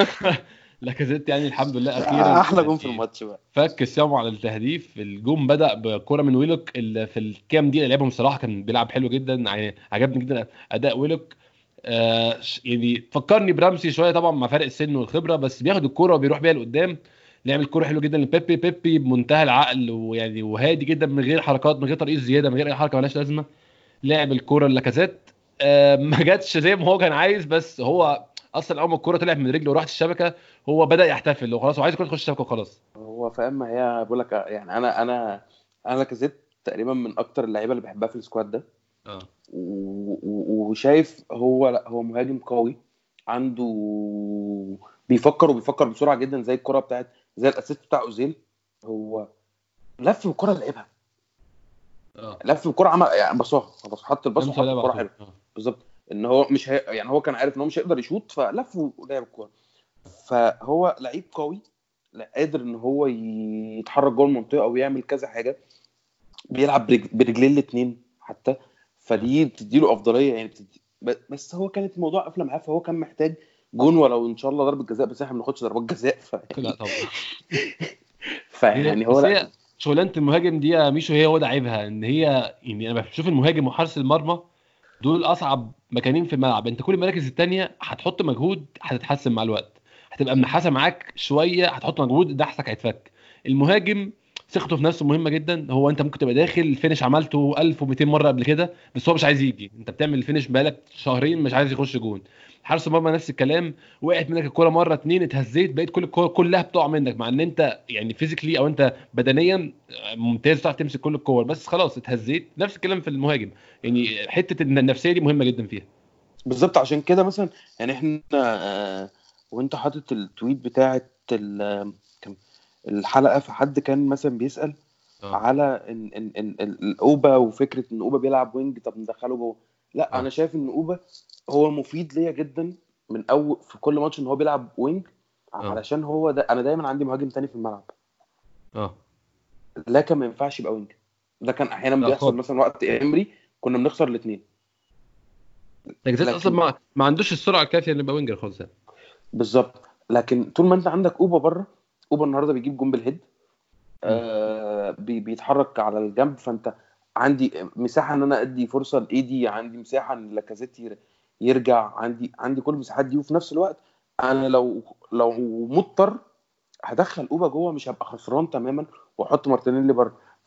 لاكازيت يعني الحمد لله اخيرا احلى جون في يعني الماتش بقى. فك صيامه على التهديف. الجون بدأ بكرة من ويلوك اللي في الكام دقيقة اللي لعبهم بصراحة كان بيلعب حلو جدا، يعني عجبني جدا أداء ويلوك. آه ش- يعني فكرني برامسي شوية طبعا مع فرق السن والخبرة، بس بياخد الكرة وبيروح بيها لقدام. لعب الكرة حلو جدا لبيبي، بيبي بمنتهى العقل ويعني وهادي جدا، من غير حركات، من غير ترقيص زيادة، من غير أي حركة ملهاش لازمة. لعب الكرة لاكازيت، آه ما جاتش زي ما هو كان عايز، بس هو اصلا اول ما الكرة طلعت من رجله وراحت الشبكة هو بدأ يحتفل وخلاص، وعايز الكرة تخش الشبكة وخلاص. هو فاهم، ما هي بقول لك يعني انا انا انا لاكازيت تقريبا من اكتر اللعيبه اللي بحبها في السكواد ده. اه و- و- وشايف هو، لا هو مهاجم قوي، عنده بيفكر وبيفكر بسرعه جدا، زي الكره بتاعت زي الاسيست بتاع اوزيل. هو لف الكره لعبها، اه لف الكره عمل يعني بصاها، بص حط الباص لمسه وحط لعب على الكره طول حلو. اه. بالظبط، ان هو مش هي... يعني هو كان عارف ان هو مش هيقدر يشوط فلف ولعب الكره. فهو لعيب قوي، لا قادر ان هو يتحرك جوه المنطقه ويعمل كذا حاجه، بيلعب برج... برجلين الاثنين حتى، اه فدي بتديله افضليه يعني بتدي... ب- بس هو كانت الموضوع قافله معاه، فهو كان محتاج جون ولو ان شاء الله ضربه جزاء، بس احنا ما بناخدش ضربات جزاء لا فيعني طبعا. هي فيعني هو بس لا. هي شغلانه المهاجم دي يا ميشو، هي هو ده عيبها، ان هي يعني انا بشوف المهاجم وحارس المرمى دول اصعب مكانين في الملعب. انت كل المراكز التانية هتحط مجهود هتتحسن مع الوقت، هتبقى منحاسه معاك شويه، هتحط مجهود نحسك هيتفك. المهاجم ثقته في نفسه مهمه جدا، هو انت ممكن تبقى داخل الفينش عملته ألف ومئتين مره قبل كده بس هو مش عايز يجي، انت بتعمل الفينش بقالك شهرين مش عايز يخش جون. حارس المرمى نفس الكلام، وقعت منك الكوره مره اتنين اتهزيت بقيت كل الكوره كلها بتقع منك، مع ان انت يعني فيزيكلي او انت بدنيا ممتاز تعرف تمسك كل الكور، بس خلاص اتهزيت. نفس الكلام في المهاجم، يعني حته ان النفسيه دي مهمه جدا فيها. بالظبط عشان كده مثلا يعني احنا آه، وانت حاطط التويت بتاعت ال- كان الحلقه، فحد كان مثلا بيسال اه على ان ان ان ال- الاوبا، وفكره ان اوبا بيلعب وينج طب ندخله جوه. لا انا اه شايف ان اوبا هو مفيد ليا جدا من اول في كل ماتش ان هو بيلعب وينج، اه علشان هو ده انا دايما عندي مهاجم تاني في الملعب، اه. لكن ما ينفعش يبقى وينج. ده كان احيانا لا بيحصل خالص. مثلا وقت امري كنا بنخسر الاثنين. تجديد اصلا لكن ما ما عندوش السرعه الكافيه انه يبقى وينجر خالص يعني. بالظبط، لكن طول ما انت عندك اوبا بره، اوبا النهارده بيجيب جون بالهيد، مم. آه بي- بيتحرك على الجنب، فانت عندي مساحه ان انا ادي فرصه لايدي، عندي مساحه ان لاكازيت ير- يرجع، عندي عندي كل المساحات دي، وفي نفس الوقت انا لو لو مضطر هدخل اوبا جوه مش هبقى خسران تماما، واحط مارتينيلي بره. ف-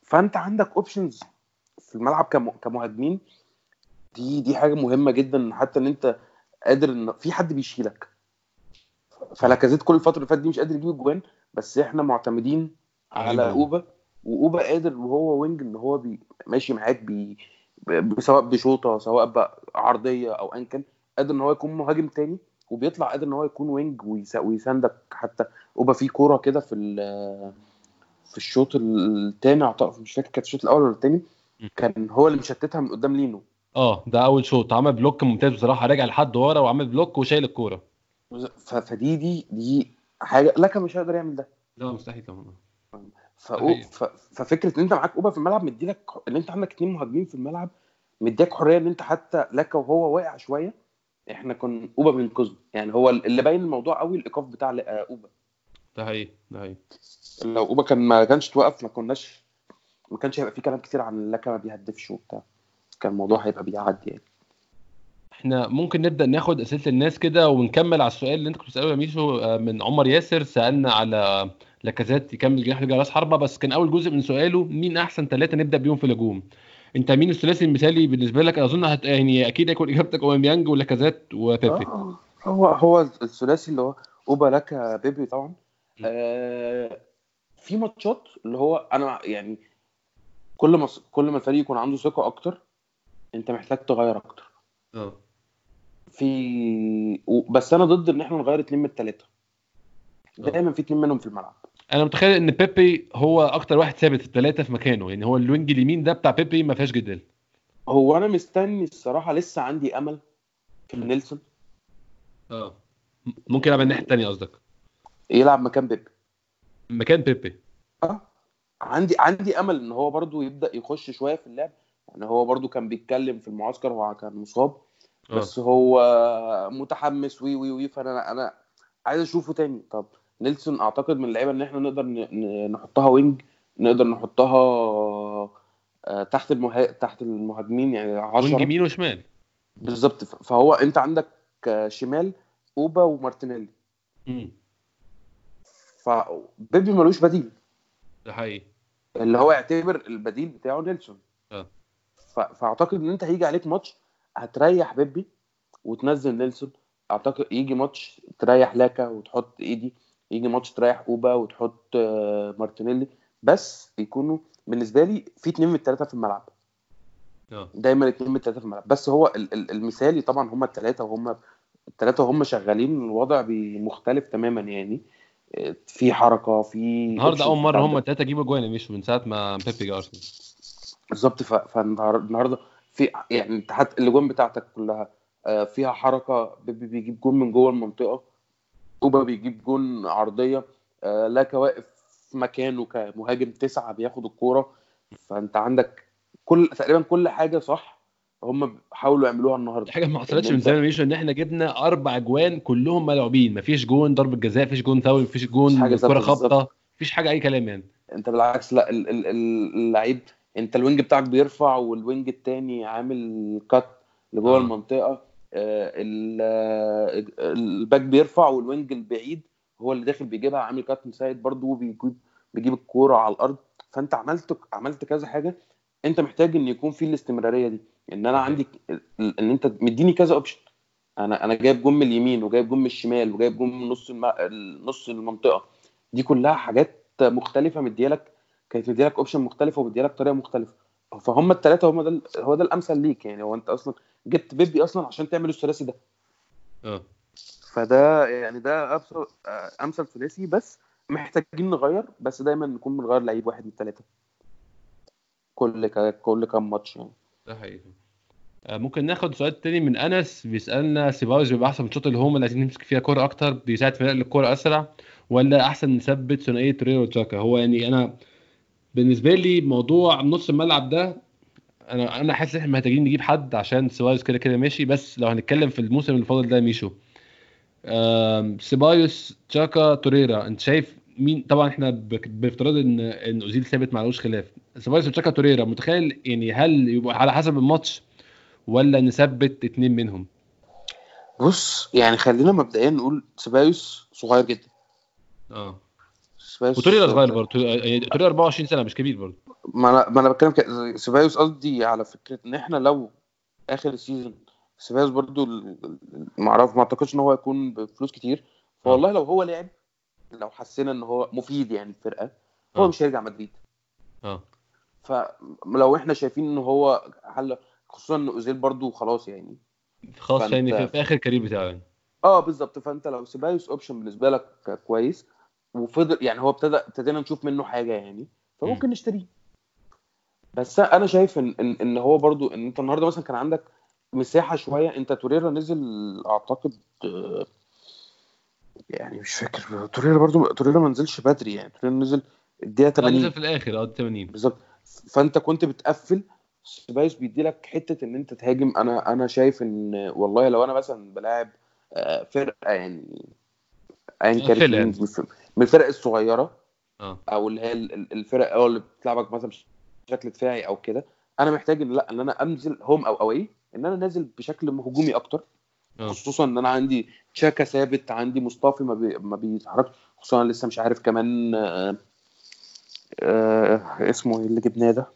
فانت عندك اوبشنز في الملعب كم- كمهاجمين. دي دي حاجه مهمه جدا، حتى ان انت قادر ان في حد بيشيلك. فلاكازيت كل الفتره اللي فاتت دي مش قادر يجيب اجوان، بس احنا معتمدين على أيوة. اوبا. واوبا قادر وهو وينج ان هو بي ماشي معاك بي ب- سواء بشوطه سواء بقى عرضيه او ان كان، قادر ان هو يكون مهاجم تاني، وبيطلع قادر ان هو يكون وينج ويس- ويساندك. حتى اوبا في كوره كده في ال- في الشوط الثاني اعتقد، مش فاكر كانت الشوط الاول ولا الثاني، كان هو اللي مشتتها من قدام لينو. اه ده اول شوط عمل بلوك ممتاز بصراحه، راجع لحد ورا وعمل بلوك وشايل الكوره. ف- فدي دي دي حاجه لكن مش هيقدر يعمل ده. لا مستحيل طبعا. فأو ف- ففكره ان انت معاك اوبا في الملعب مديلك ان انت عندك اتنين مهاجمين في الملعب، مديك حريه ان انت حتى لك وهو واقع شويه احنا كنا اوبا بينقذه. يعني هو اللي باين الموضوع قوي الايقاف بتاع ل- آه، اوبا. ده حقيقي ده حقيقي. لو اوبا كان ما كانش توقف ما كناش ما كانش هيبقى في كلام كتير عن لك ما بيهدفش وبتاع، كان الموضوع هيبقى بيعدي يعني. احنا ممكن نبدا ناخد اسئله الناس كده ونكمل على السؤال اللي انت كنت بتساله يا ميشو. آه، من عمر ياسر سالنا على لاكازيت يكمل جناح يرجع راس حربه، بس كان اول جزء من سؤاله مين احسن ثلاثه نبدا بيهم في الهجوم. انت مين الثلاثي المثالي بالنسبه لك؟ اظن هت... يعني اكيد هيكون اجابتك اوباميانج ولاكازيت وبيبي. اه هو هو الثلاثي اللي هو اوبا لك بيبي طبعا. آه في ماتشات اللي هو انا يعني كل ما كل ما الفريق يكون عنده ثقه اكتر انت محتاج تغير اكتر. اه في و- بس انا ضد ان احنا نغير اتنين من التلاته، اه دايما في اتنين منهم في الملعب. انا متخيل ان بيبي هو اكتر واحد ثابت الثلاثه في مكانه، يعني هو الوينج اليمين ده بتاع بيبي ما فيهاش جدال. هو انا مستني الصراحه، لسه عندي امل في نيلسون. اه ممكن يلعب الناحيه الثانيه قصدك؟ يلعب مكان بيب. مكان بيبي. اه عندي عندي امل ان هو برضو يبدا يخش شويه في اللعب. يعني هو برضو كان بيتكلم في المعسكر، هو كان مصاب اه بس هو متحمس وي وي وي فانا انا عايز اشوفه تاني. طب نيلسون اعتقد من اللعيبه ان احنا نقدر ن- ن- نحطها وينج، نقدر نحطها آه، تحت المها... تحت المهاجمين يعني وينج عشرة يمين وشمال. بالظبط. ف- فهو انت عندك آه، شمال اوبا ومارتينيلي، امم فبيبي ملوش بديل، ده حقيقي. اللي هو يعتبر البديل بتاعه نيلسون. اه ف- فاعتقد ان انت هيجي عليك ماتش هتريح بيبي وتنزل نيلسون. اعتقد يجي ماتش تريح لاكا وتحط ايدي، يجي ماتش تريح اوبا وتحط آه، مارتينيلي. بس يكونوا بالنسبه لي في اتنين من الثلاثه في الملعب، اه دايما اتنين من الثلاثه في الملعب. بس هو ال- ال- المثالي طبعا هم الثلاثه، وهم الثلاثه وهم شغالين الوضع بي- مختلف تماما يعني. آه، في حركه في النهارده اول اوبشنز انت مره هم عندك الثلاثه يجيبوا جوان مش من ساعه ما بيبي جه ارسنال. بالظبط. ف- فالنهارده في يعني انت حتى الاجوان بتاعتك كلها آه، فيها حركه. بيبي بيجيب جون من جوه المنطقه، اوبا بيجيب جون عرضيه، آه، لاكا واقف في مكانه كمهاجم تسعة بياخد الكوره. فانت عندك كل تقريبا كل حاجه صح هم حاولوا يعملوها النهارده. حاجه ما ان حصلتش من انت زمان مش ان احنا جبنا اربع جوان كلهم ملعوبين، مفيش جون ضربه جزاء، مفيش جون فاول، مفيش مش حاجه جون كره ثابته بالظبط. خابطه، مفيش حاجه اي كلام يعني. انت بالعكس، لا ال- ال- ال- اللعيب انت الوينج بتاعك بيرفع والوينج التاني عامل كات لجوه اه المنطقه. آه، ال- آه، الباك بيرفع والوينج البعيد هو اللي داخل بيجيبها عامل كات مساعد برضو وبيجيب بيجيب الكوره على الارض. فانت عملت عملت كذا حاجه. انت محتاج ان يكون في الاستمراريه دي، ان انا صحيح. عندي ال- ان انت مديني كذا اوبشن. انا انا جايب جون من اليمين وجايب جون من الشمال وجايب جون من نص الم... نص المنطقه. دي كلها حاجات مختلفه مديالك، كانت مديالك اوبشن مختلفه ومديالك طريقه مختلفه. فهم الثلاثه هم ده ال- هو ده الامثل ليك يعني. هو انت اصلا جبت بيبي اصلا عشان تعمل الثلاثي ده. اه فده يعني ده أبسط امثل ثلاثي. بس محتاجين نغير، بس دايما نكون بنغير لعيب واحد من الثلاثه كل ك- كل كام ماتش يعني. ده حقيقي. آه، ممكن ناخد سؤال تاني من انس بيسالنا سيباويز بيبقى احسن من الشوط اللي هم اللي عايزين نمسك فيها كوره اكتر بيساعد فريق الكوره اسرع، ولا احسن نثبت ثنائيه توريرا وتشاكا؟ هو يعني انا بالنسبه لي موضوع نص الملعب ده انا انا حاسس ان احنا محتاجين نجيب حد عشان سيبايوس كده كده ماشي. بس لو هنتكلم في الموسم اللي فاضل ده ميشو، آم، سيبايوس تشاكا توريرا، انت شايف مين؟ طبعا احنا بك- بافتراض ان ان اوزيل ثابت معلوش خلاف. سيبايوس وتشاكا توريرا متخيل يعني هل يبقى على حسب الماتش ولا نثبت اتنين منهم؟ بص يعني خلينا مبدئيا نقول سيبايوس صغير جدا. اه سيبايوس وتوريرا صغير برضه، يعني توريرا اربعة وعشرين سنه مش كبير برضه. ما انا ما انا بتكلم ك- سيبايوس، قصدي على فكره ان احنا لو اخر السيزون سيبايوس برضو ال- ال- ما اعرف، ما اعتقدش ان هو يكون بفلوس كتير. اه فوالله لو هو لعب، لو حسينا ان هو مفيد يعني الفرقه، هو اه مش هيرجع مدريد. اه فلو احنا شايفين ان هو حل، خصوصا ان اوزيل برضو خلاص يعني. خلاص يعني في, فانت في اخر كارير بتاعه يعني. اه بالظبط، فانت لو سيبايوس اوبشن بالنسبه لك كويس، وفضل يعني هو ابتدى ابتدينا نشوف منه حاجه يعني، مم. فممكن نشتريه. بس انا شايف ان ان, إن هو برضو ان انت النهارده مثلا كان عندك مساحه شويه. انت توريرا نزل اعتقد، آه، يعني مش فاكر، توريرا برضو توريرا ما نزلش بدري يعني، توريرا نزل الدقيقه لا نزل تمانين في الاخر اه ثمانين. بالظبط. فانت كنت بتقفل، سيبايوس بيدي لك حته ان انت تهاجم. انا انا شايف ان والله لو انا مثلا بلاعب آه، فرقه يعني ايا كانت قفل مين، يعني. من الف- من الفرق الصغيره، اه او اللي هي ال- ال- الفرق اه اللي بتلعبك مثلا بشكل دفاعي او كده، انا محتاج ان لا ان انا انزل هوم او اوي، ان انا نازل بشكل هجومي اكتر. اه خصوصا ان انا عندي تشاكا ثابت، عندي مصطفى ما, بي... ما بيتحركش. خصوصا أنا لسه مش عارف كمان آه... آه... اسمه ايه اللي جبناه ده.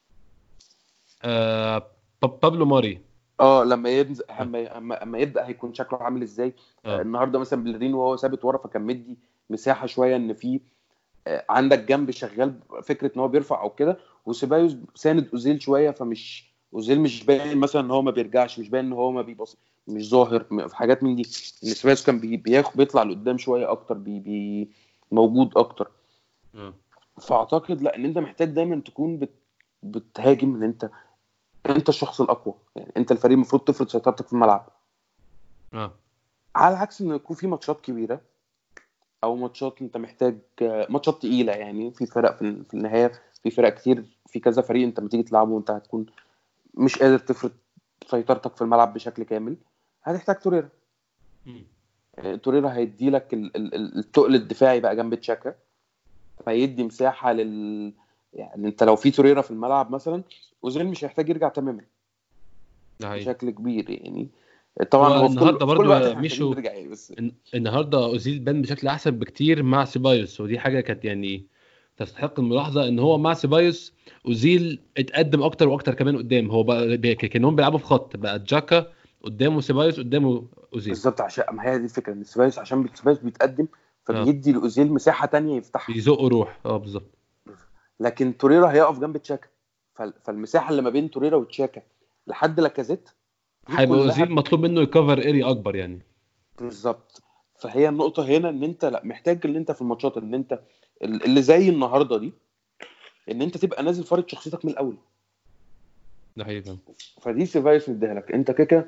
آه، باب- بابلو ماري. اه لما ينزل، اه اما اما أما يبدا هيكون شكله عامل ازاي. آه، اه النهارده مثلا بلرين وهو ثابت ورا، فكان مدي مساحه شويه ان في آه، عندك جنب شغال فكره ان هو بيرفع او كده، وسيبايوس ساند اوزيل شويه، فمش اوزيل مش باين مثلا ان هو ما بيرجعش، مش باين ان هو ما بيبص، مش ظاهر م- في حاجات من دي. ان سيبايوس كان بي- بياخد بيطلع لقدام شويه اكتر، بي بي موجود اكتر. اه فاعتقد لا ان انت محتاج دايما تكون بت بتهاجم، ان انت انت الشخص الاقوى يعني، انت الفريق المفروض تفرض سيطرتك في الملعب. اه على عكس ان يكون في ماتشات كبيره، او ماتشات انت محتاج ماتشات تقيله يعني، في فرق في في النهايه، في فرق كتير، في كذا فريق انت لما تيجي تلعبه وانت هتكون مش قادر تفرض سيطرتك في الملعب بشكل كامل، هتحتاج توريرا. مم. آه، توريرا هيدي لك ال- ال- ال- التقل الدفاعي بقى جنب تشاكا، فهيدي مساحه لل يعني انت لو في توريرا في الملعب مثلا، اوزيل مش هيحتاج يرجع تماما ده حقيقي. بشكل كبير يعني. هو طبعا هو في كل النهارده في كل برضو وقت يا احنا محتاجين ميشو، نرجع يعني، بس الن- النهارده اوزيل بان بشكل احسن بكتير مع سيبايوس، ودي حاجه كانت يعني تستحق الملاحظه ان هو مع سيبايوس اوزيل اتقدم اكتر واكتر كمان قدام. هو بقى بي- كانهم بيلعبوا في خط، بقى جاكا قدامه سيبايوس قدامه اوزيل. بالظبط. عشان ما هي دي الفكره، ان سيبايوس عشان سيبايوس بيتقدم، اه فبيدي لاوزيل مساحه تانية يفتحها. بيزقوا روح اه بالظبط. لكن توريرا هيقف جنب تشاكا، فال- فالمساحه اللي ما بين توريرا وتشاكا لحد لاكازيت دي هيبقى كلها اوزيل ب- مطلوب منه يكفر اريا اكبر يعني. بالظبط. فهي النقطه هنا ان انت لا محتاج ان انت في الماتشات ان انت ال- اللي زي النهارده دي، ان انت تبقى نازل فارض شخصيتك من الاول. ده حقيقي فعلا. فدي سيبايوس مديها لك انت كده.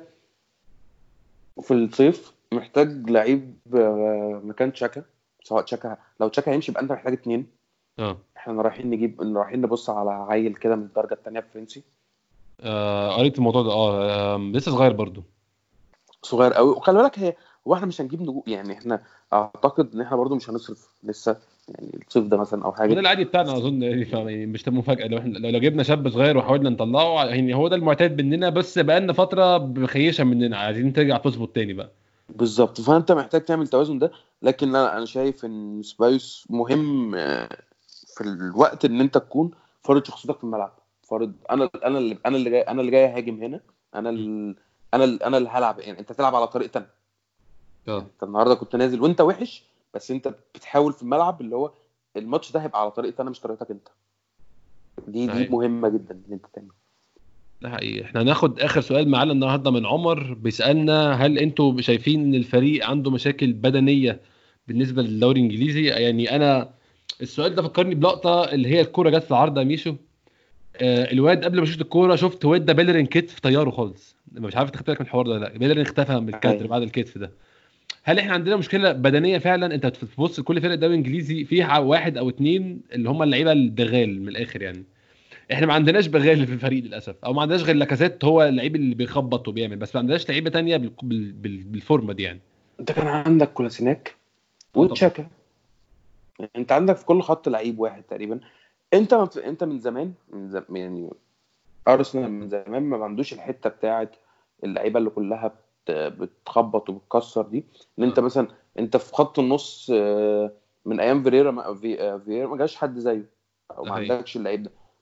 في الصيف محتاج لعيب آه، مكان تشاكا. سواء تشاكا، لو تشاكا هيمشي يبقى انت محتاج اتنين. اه احنا رايحين نجيب، رايحين نبص على عيل كده من الدرجه الثانيه فرنسي، آه، قريت الموضوع ده اه. آم، لسه صغير برضو. صغير قوي. وخلي بالك هي، هو احنا مش هنجيب نجوم يعني، احنا اعتقد ان احنا برضو مش هنصرف لسه يعني الصيف ده مثلا او وده حاجه. العادي بتاعنا اظن يعني، فاهم يعني مش تبقى مفاجاه لو احنا لو لو جبنا شاب صغير وحاولنا نطلعه يعني. هو ده المعتاد مننا، بس بقالنا فتره مخيشه مننا، عايزين ترجع تظبط تاني بقى. بالظبط. فانت محتاج تعمل توازن ده. لكن انا انا شايف ان سبايوس مهم آه، في الوقت ان انت تكون فارض شخصيتك في الملعب. فارض انا انا اللي انا اللي جاي انا اللي جاي اهاجم هنا. انا م. ال... انا ال... انا اللي هلعب يعني، انت تلعب على طريقتي انا. اه يعني انت النهارده كنت نازل وانت وحش، بس انت بتحاول في الملعب اللي هو الماتش ده هيبقى على طريقتي انا مش طريقتك انت. دي ده دي حقيقي. مهمه جدا ان انت تعمل. ده حقيقي. احنا هناخد اخر سؤال معانا النهارده من عمر، بيسالنا هل انتوا شايفين ان الفريق عنده مشاكل بدنيه بالنسبه للدوري الانجليزي؟ يعني انا السؤال ده فكرني بلقطه اللي هي الكوره جت في العارضه يا ميشو. آه، الواد قبل ما يشوط الكوره شفت واد ده بيلرين كتف طياره خالص. مش عارف تاخد بالك من الحوار ده ولا لا؟ بيلرين اختفى من الكادر ايوه بعد الكتف ده. هل احنا عندنا مشكله بدنيه فعلا؟ انت بتبص كل فرق الدوري الانجليزي فيها واحد او اتنين اللي هم اللعيبه البغال من الاخر يعني. احنا ما عندناش بغال في الفريق للاسف، او ما عندناش غير لاكازيت هو اللعيب اللي بيخبط وبيعمل، بس ما عندناش لعيبه تانية بال... بال... بال... بالفورمه دي يعني. انت كان عندك كولاسيناك اه طبعا. وتشاكا، انت عندك في كل خط لعيب واحد تقريبا. انت ما بت- انت من زمان من زمان يعني، ارسنال من زمان ما عندوش الحته بتاعه اللعيبه اللي كلها بت- بتخبط وبتكسر دي. ان انت اه مثلا انت في خط النص آه، من ايام فيريرا، ما في- آه، فيريرا ما جاش حد زيه، او ده ما حقيقي. عندكش اللعيب ده.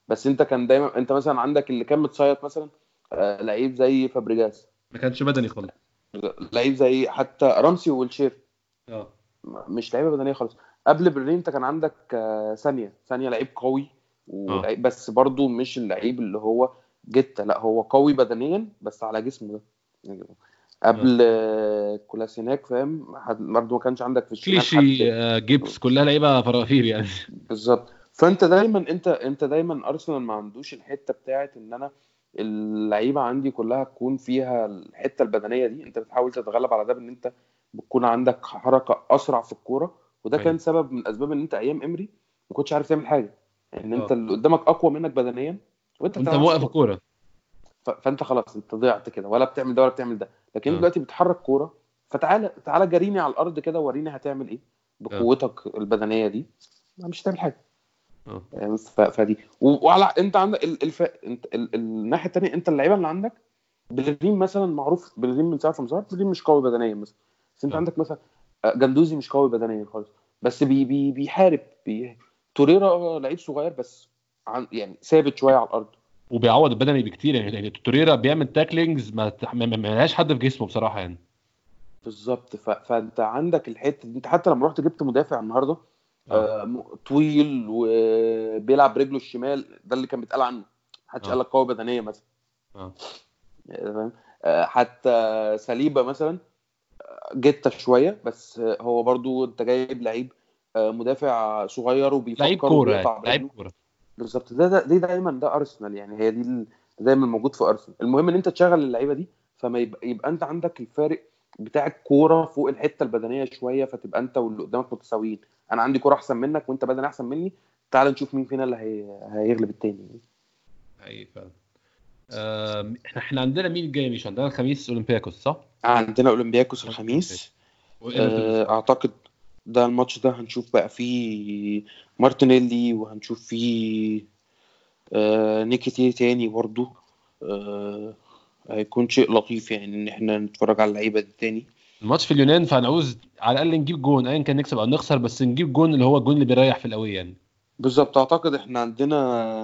بس انت كان دايما انت مثلا عندك اللي كان متصيط مثلا آه لعيب زي فابريجاس، ما كانش بدني خالص. لعيب زي حتى رامسي والشير، اه مش لعيبه بدنيه خالص. قبل برلين انت كان عندك آه ثانيه ثانيه لعيب قوي اه ولعيب، بس برضو مش اللعيب اللي هو جيتا، لا هو قوي بدنيا بس على جسمه ده يعني. اه قبل آه، كولاسيناك فاهم، حد- برضو ما كانش عندك في الشمال حد كليشي، تاني. آه، جيبس، كلها لعيبه فرافير يعني. بالظبط. فانت دايما انت انت دايما ارسنال ما عندوش الحته بتاعت ان انا اللعيبه عندي كلها تكون فيها الحته البدنيه دي. انت بتحاول تتغلب على ده بان انت بتكون عندك حركه اسرع في الكوره، وده ايوه كان سبب من اسباب ان انت ايام امري ما كنتش عارف تعمل حاجه، ان انت اه، اللي قدامك اقوى منك بدنيا وانت ما وانت بتلعبش موقف كوره. الكوره. ف- فانت خلاص انت ضيعت كده، ولا بتعمل ده ولا بتعمل ده. لكن انت اه دلوقتي بتحرك كوره، فتعالى تعالى جريني على الارض كده وريني هتعمل ايه اه بقوتك البدنيه دي. مش هتعمل حاجه. اه يعني ف- فدي و- وعلى انت عندك ال... الف... انت ال... ال- الناحيه الثانيه انت اللعيبه اللي عندك بلرين مثلا معروف، بلرين من ساعه ما ظهر بلرين مش قوي بدنيا مثلا، بس انت اه عندك مثلا آه، جندوزي مش قوي بدنيا خالص، بس بي... بي... بيحارب بي... توريرا لعيب صغير بس عن... يعني ثابت شويه على الارض. وبيعوض البدني بكتير يعني. يعني توريرا بيعمل تاكلينجز ما تح- ما ما- ما لهاش حد في جسمه بصراحه يعني. بالظبط. ف... فانت عندك الحته دي. انت حتى لما رحت جبت مدافع النهارده اه آه، م- طويل وبيلعب برجله الشمال، ده اللي كان بيتقال عنه، محدش قال اه لك قوي بدنيا مثلا. اه يعني فاهم؟ آه، حتى سليبه مثلا جته شويه، بس آه، هو برضو انت جايب لعيب آه، مدافع صغير لعيب وبيفكر كوره يعني، وبيقطع لعيب برجله. كوره. بالظبط. ده ده دي دايما ده ارسنال يعني، هي دي ال- دايما موجود في ارسنال. المهم ان انت تشغل اللعيبه دي، فما يبقى, يبقى انت عندك الفارق بتاع الكوره فوق الحته البدنيه شويه، فتبقى انت واللي قدامك متساويين. انا عندي كوره احسن منك وانت بدني احسن مني، تعال نشوف مين فينا اللي هي... هيغلب التاني. حقيقي فعلا. آم، احنا احنا عندنا مين الجاي؟ مش عندنا الخميس اولمبياكوس صح؟ عندنا اولمبياكوس ماتش الأولمبياكوس. الخميس. وايفرتون آه، السبت. اعتقد ده الماتش ده هنشوف بقى فيه مارتينيلي، وهنشوف فيه آه، نيكيتي تاني برضو. آه، هيكون شيء لطيف يعني ان احنا نتفرج على اللعيبه دي تاني. الماتش في اليونان، فهنعوز على الاقل نجيب جون، ايا كان نكسب او نخسر، بس نجيب جون اللي هو الجون اللي بيريح في القوي يعني. بالظبط. اعتقد احنا عندنا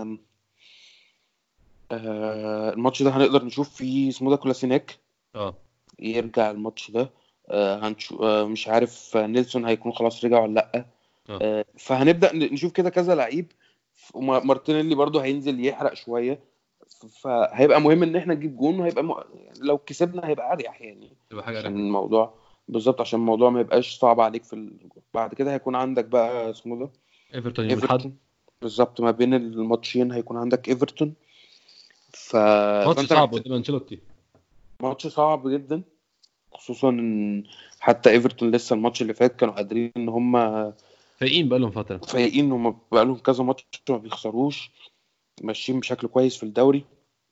آه، الماتش ده هنقدر نشوف فيه اسمه ده كولاسيناك اه يرجع الماتش ده. آه، هنشوف آه، مش عارف آه، نيلسون هيكون خلاص رجع ولا لا. اه آه، فهنبدأ ن- نشوف كده كذا لعيب. وما- مارتينيلي برضو هينزل يحرق شوية، فهيبقى مهم ان احنا نجيب جون، وهيبقى م... يعني لو كسبنا هيبقى اريح يعني. تبقى حاجه عشان رخمه. الموضوع بالظبط، عشان الموضوع ما يبقاش صعب عليك في ال... بعد كده هيكون عندك بقى اسمه ده ايفرتون يوم الاحد. ايفرتون. بالظبط، ما بين الماتشين هيكون عندك ايفرتون. ف... ماتش فانت صعب محتاج قدام انشيلوتي. ماتش صعب جدا، خصوصا ان حتى ايفرتون لسه الماتش اللي فات كانوا قادرين ان هم فايقين بقالهم فتره. فايقين، هم بقى لهم كذا ماتش ما بيخسروش، ماشيين بشكل كويس في الدوري.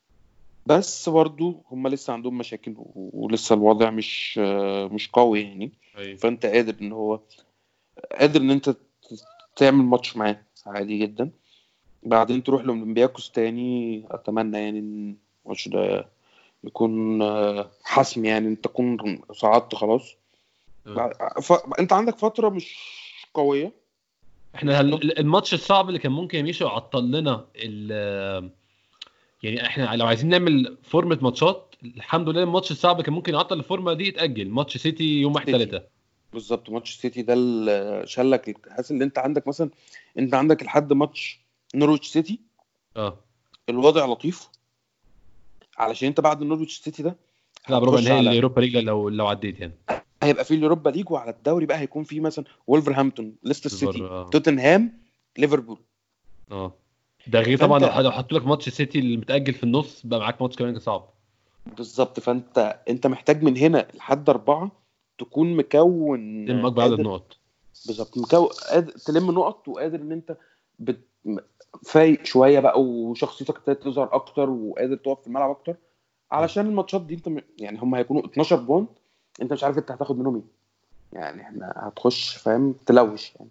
بس برضو هم لسه عندهم مشاكل و- ولسه الوضع مش مش قوي يعني. ايوه فانت قادر ان هو قادر ان انت تعمل ماتش معاه عادي جدا، بعدين تروح لأولمبياكوس تاني. اتمنى يعني ان الماتش ده يكون آه، حسم، يعني انت تكون صعدت خلاص. تمام. بع- ف... انت عندك فترة مش قوية. احنا قشطة. ال- الماتش الصعب اللي كان ممكن يمشي وعطل لنا ال- يعني احنا لو عايزين نعمل فورمة ماتشات، الحمد لله الماتش الصعب كان ممكن يعطل الفورمه دي، يتأجل ماتش سيتي يوم واحد سيتي. ثلاثة. بالظبط، ماتش سيتي ده اللي شلك. حاسس ان انت عندك مثلا، انت عندك لحد ماتش نورويتش سيتي اه الوضع لطيف، علشان انت بعد نورويتش سيتي ده تلعب ربع هتخش نهائي على اليوروبا ليج لو لو عديت يعني. هيبقى فيه اليوروبا ليج، وعلى الدوري بقى هيكون فيه مثلا وولفرهامبتون، ليستر بره سيتي، اه توتنهام، ليفربول. اه. ده غير طبعا لو فانت لو حطوا لك ماتش سيتي اللي متأجل في النص، بقى معاك ماتش كمان صعب. بالظبط. فانت انت محتاج من هنا لحد اربعه تكون مكون تلم اكبر عدد قادر. نقط. بالظبط، مكون قادر تلم نقط، وقادر ان انت بت... فايق شويه بقى، وشخصيتك ابتدت تظهر اكتر، وقادر تقف في الملعب اكتر. اه علشان الماتشات دي انت م- يعني هم هيكونوا اتناشر بونت، انت مش عارف انت هتاخد منهم ايه. يعني احنا هتخش فاهم تلوش يعني،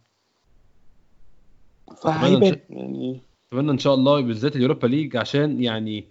اتمنى ان فهيبان شاء يعني. اتمنى ان شاء الله بالذات اليوروبا ليج، عشان يعني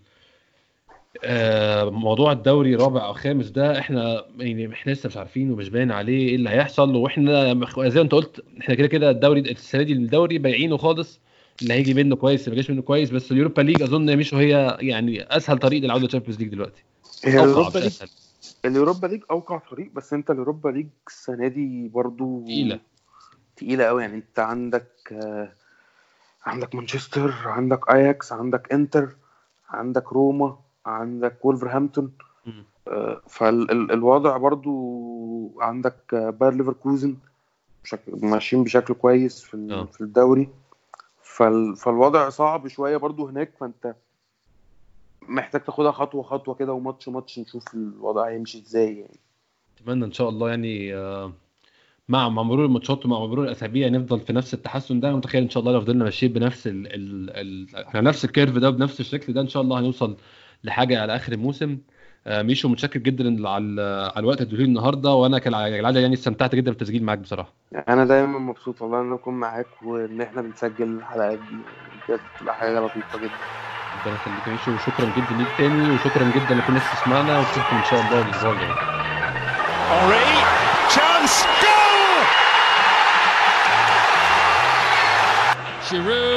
آه موضوع الدوري رابع او خامس ده احنا يعني احنا لسه مش عارفين ومش باين عليه ايه اللي هيحصل. واحنا زي ما انت قلت احنا كده كده الدوري السنه دي الدوري بايعينه خالص اللي هيجي منه كويس ما جاش منه كويس، بس اليوروبا ليج اظن مش هي يعني اسهل طريق للعوده للتشامبيونز ليج دلوقتي. اليوروبا ليج اليوروبا ليج اوقع طريق، بس انت اليوروبا ليج السنه دي برضو تقيله تقيله قوي. يعني انت عندك آه عندك مانشستر، عندك اياكس، عندك انتر، عندك روما، عندك وولفرهامبتون. آه فالوضع برضو عندك آه باير ليفركوزن بشكل ماشيين بشكل كويس في أوه. في الدوري. فال فالوضع صعب شويه برضو هناك، فانت محتاج تاخدها خطوه خطوه كده وماتش ماتش نشوف الوضع هيمشي ازاي. يعني اتمنى ان شاء الله يعني مع مرور الماتشات ومع مرور الاسابيع نفضل في نفس التحسن ده. متخيل ان شاء الله لو فضلنا ماشيين بنفس ال ال ال احنا نفس الكيرف ده بنفس الشكل ده ان شاء الله هنوصل لحاجه على اخر الموسم. ميشو متشكر جدا على على الوقت اللي النهارده، وانا كالعاده يعني استمتعت جدا بالتسجيل معاك بصراحه. انا دايما مبسوط والله ان اكون معاك وان احنا بنسجل الحلقات دي، بجد بتبقى حاجه لطيفه جدا. ربنا يخليك يا ميشو، وشكرا جدا ليك تاني، وشكرا جدا لكل الناس اللي سمعنا، ونشوفكم ان شاء الله الاسبوع الجاي. Henry, chance, goal! Giroud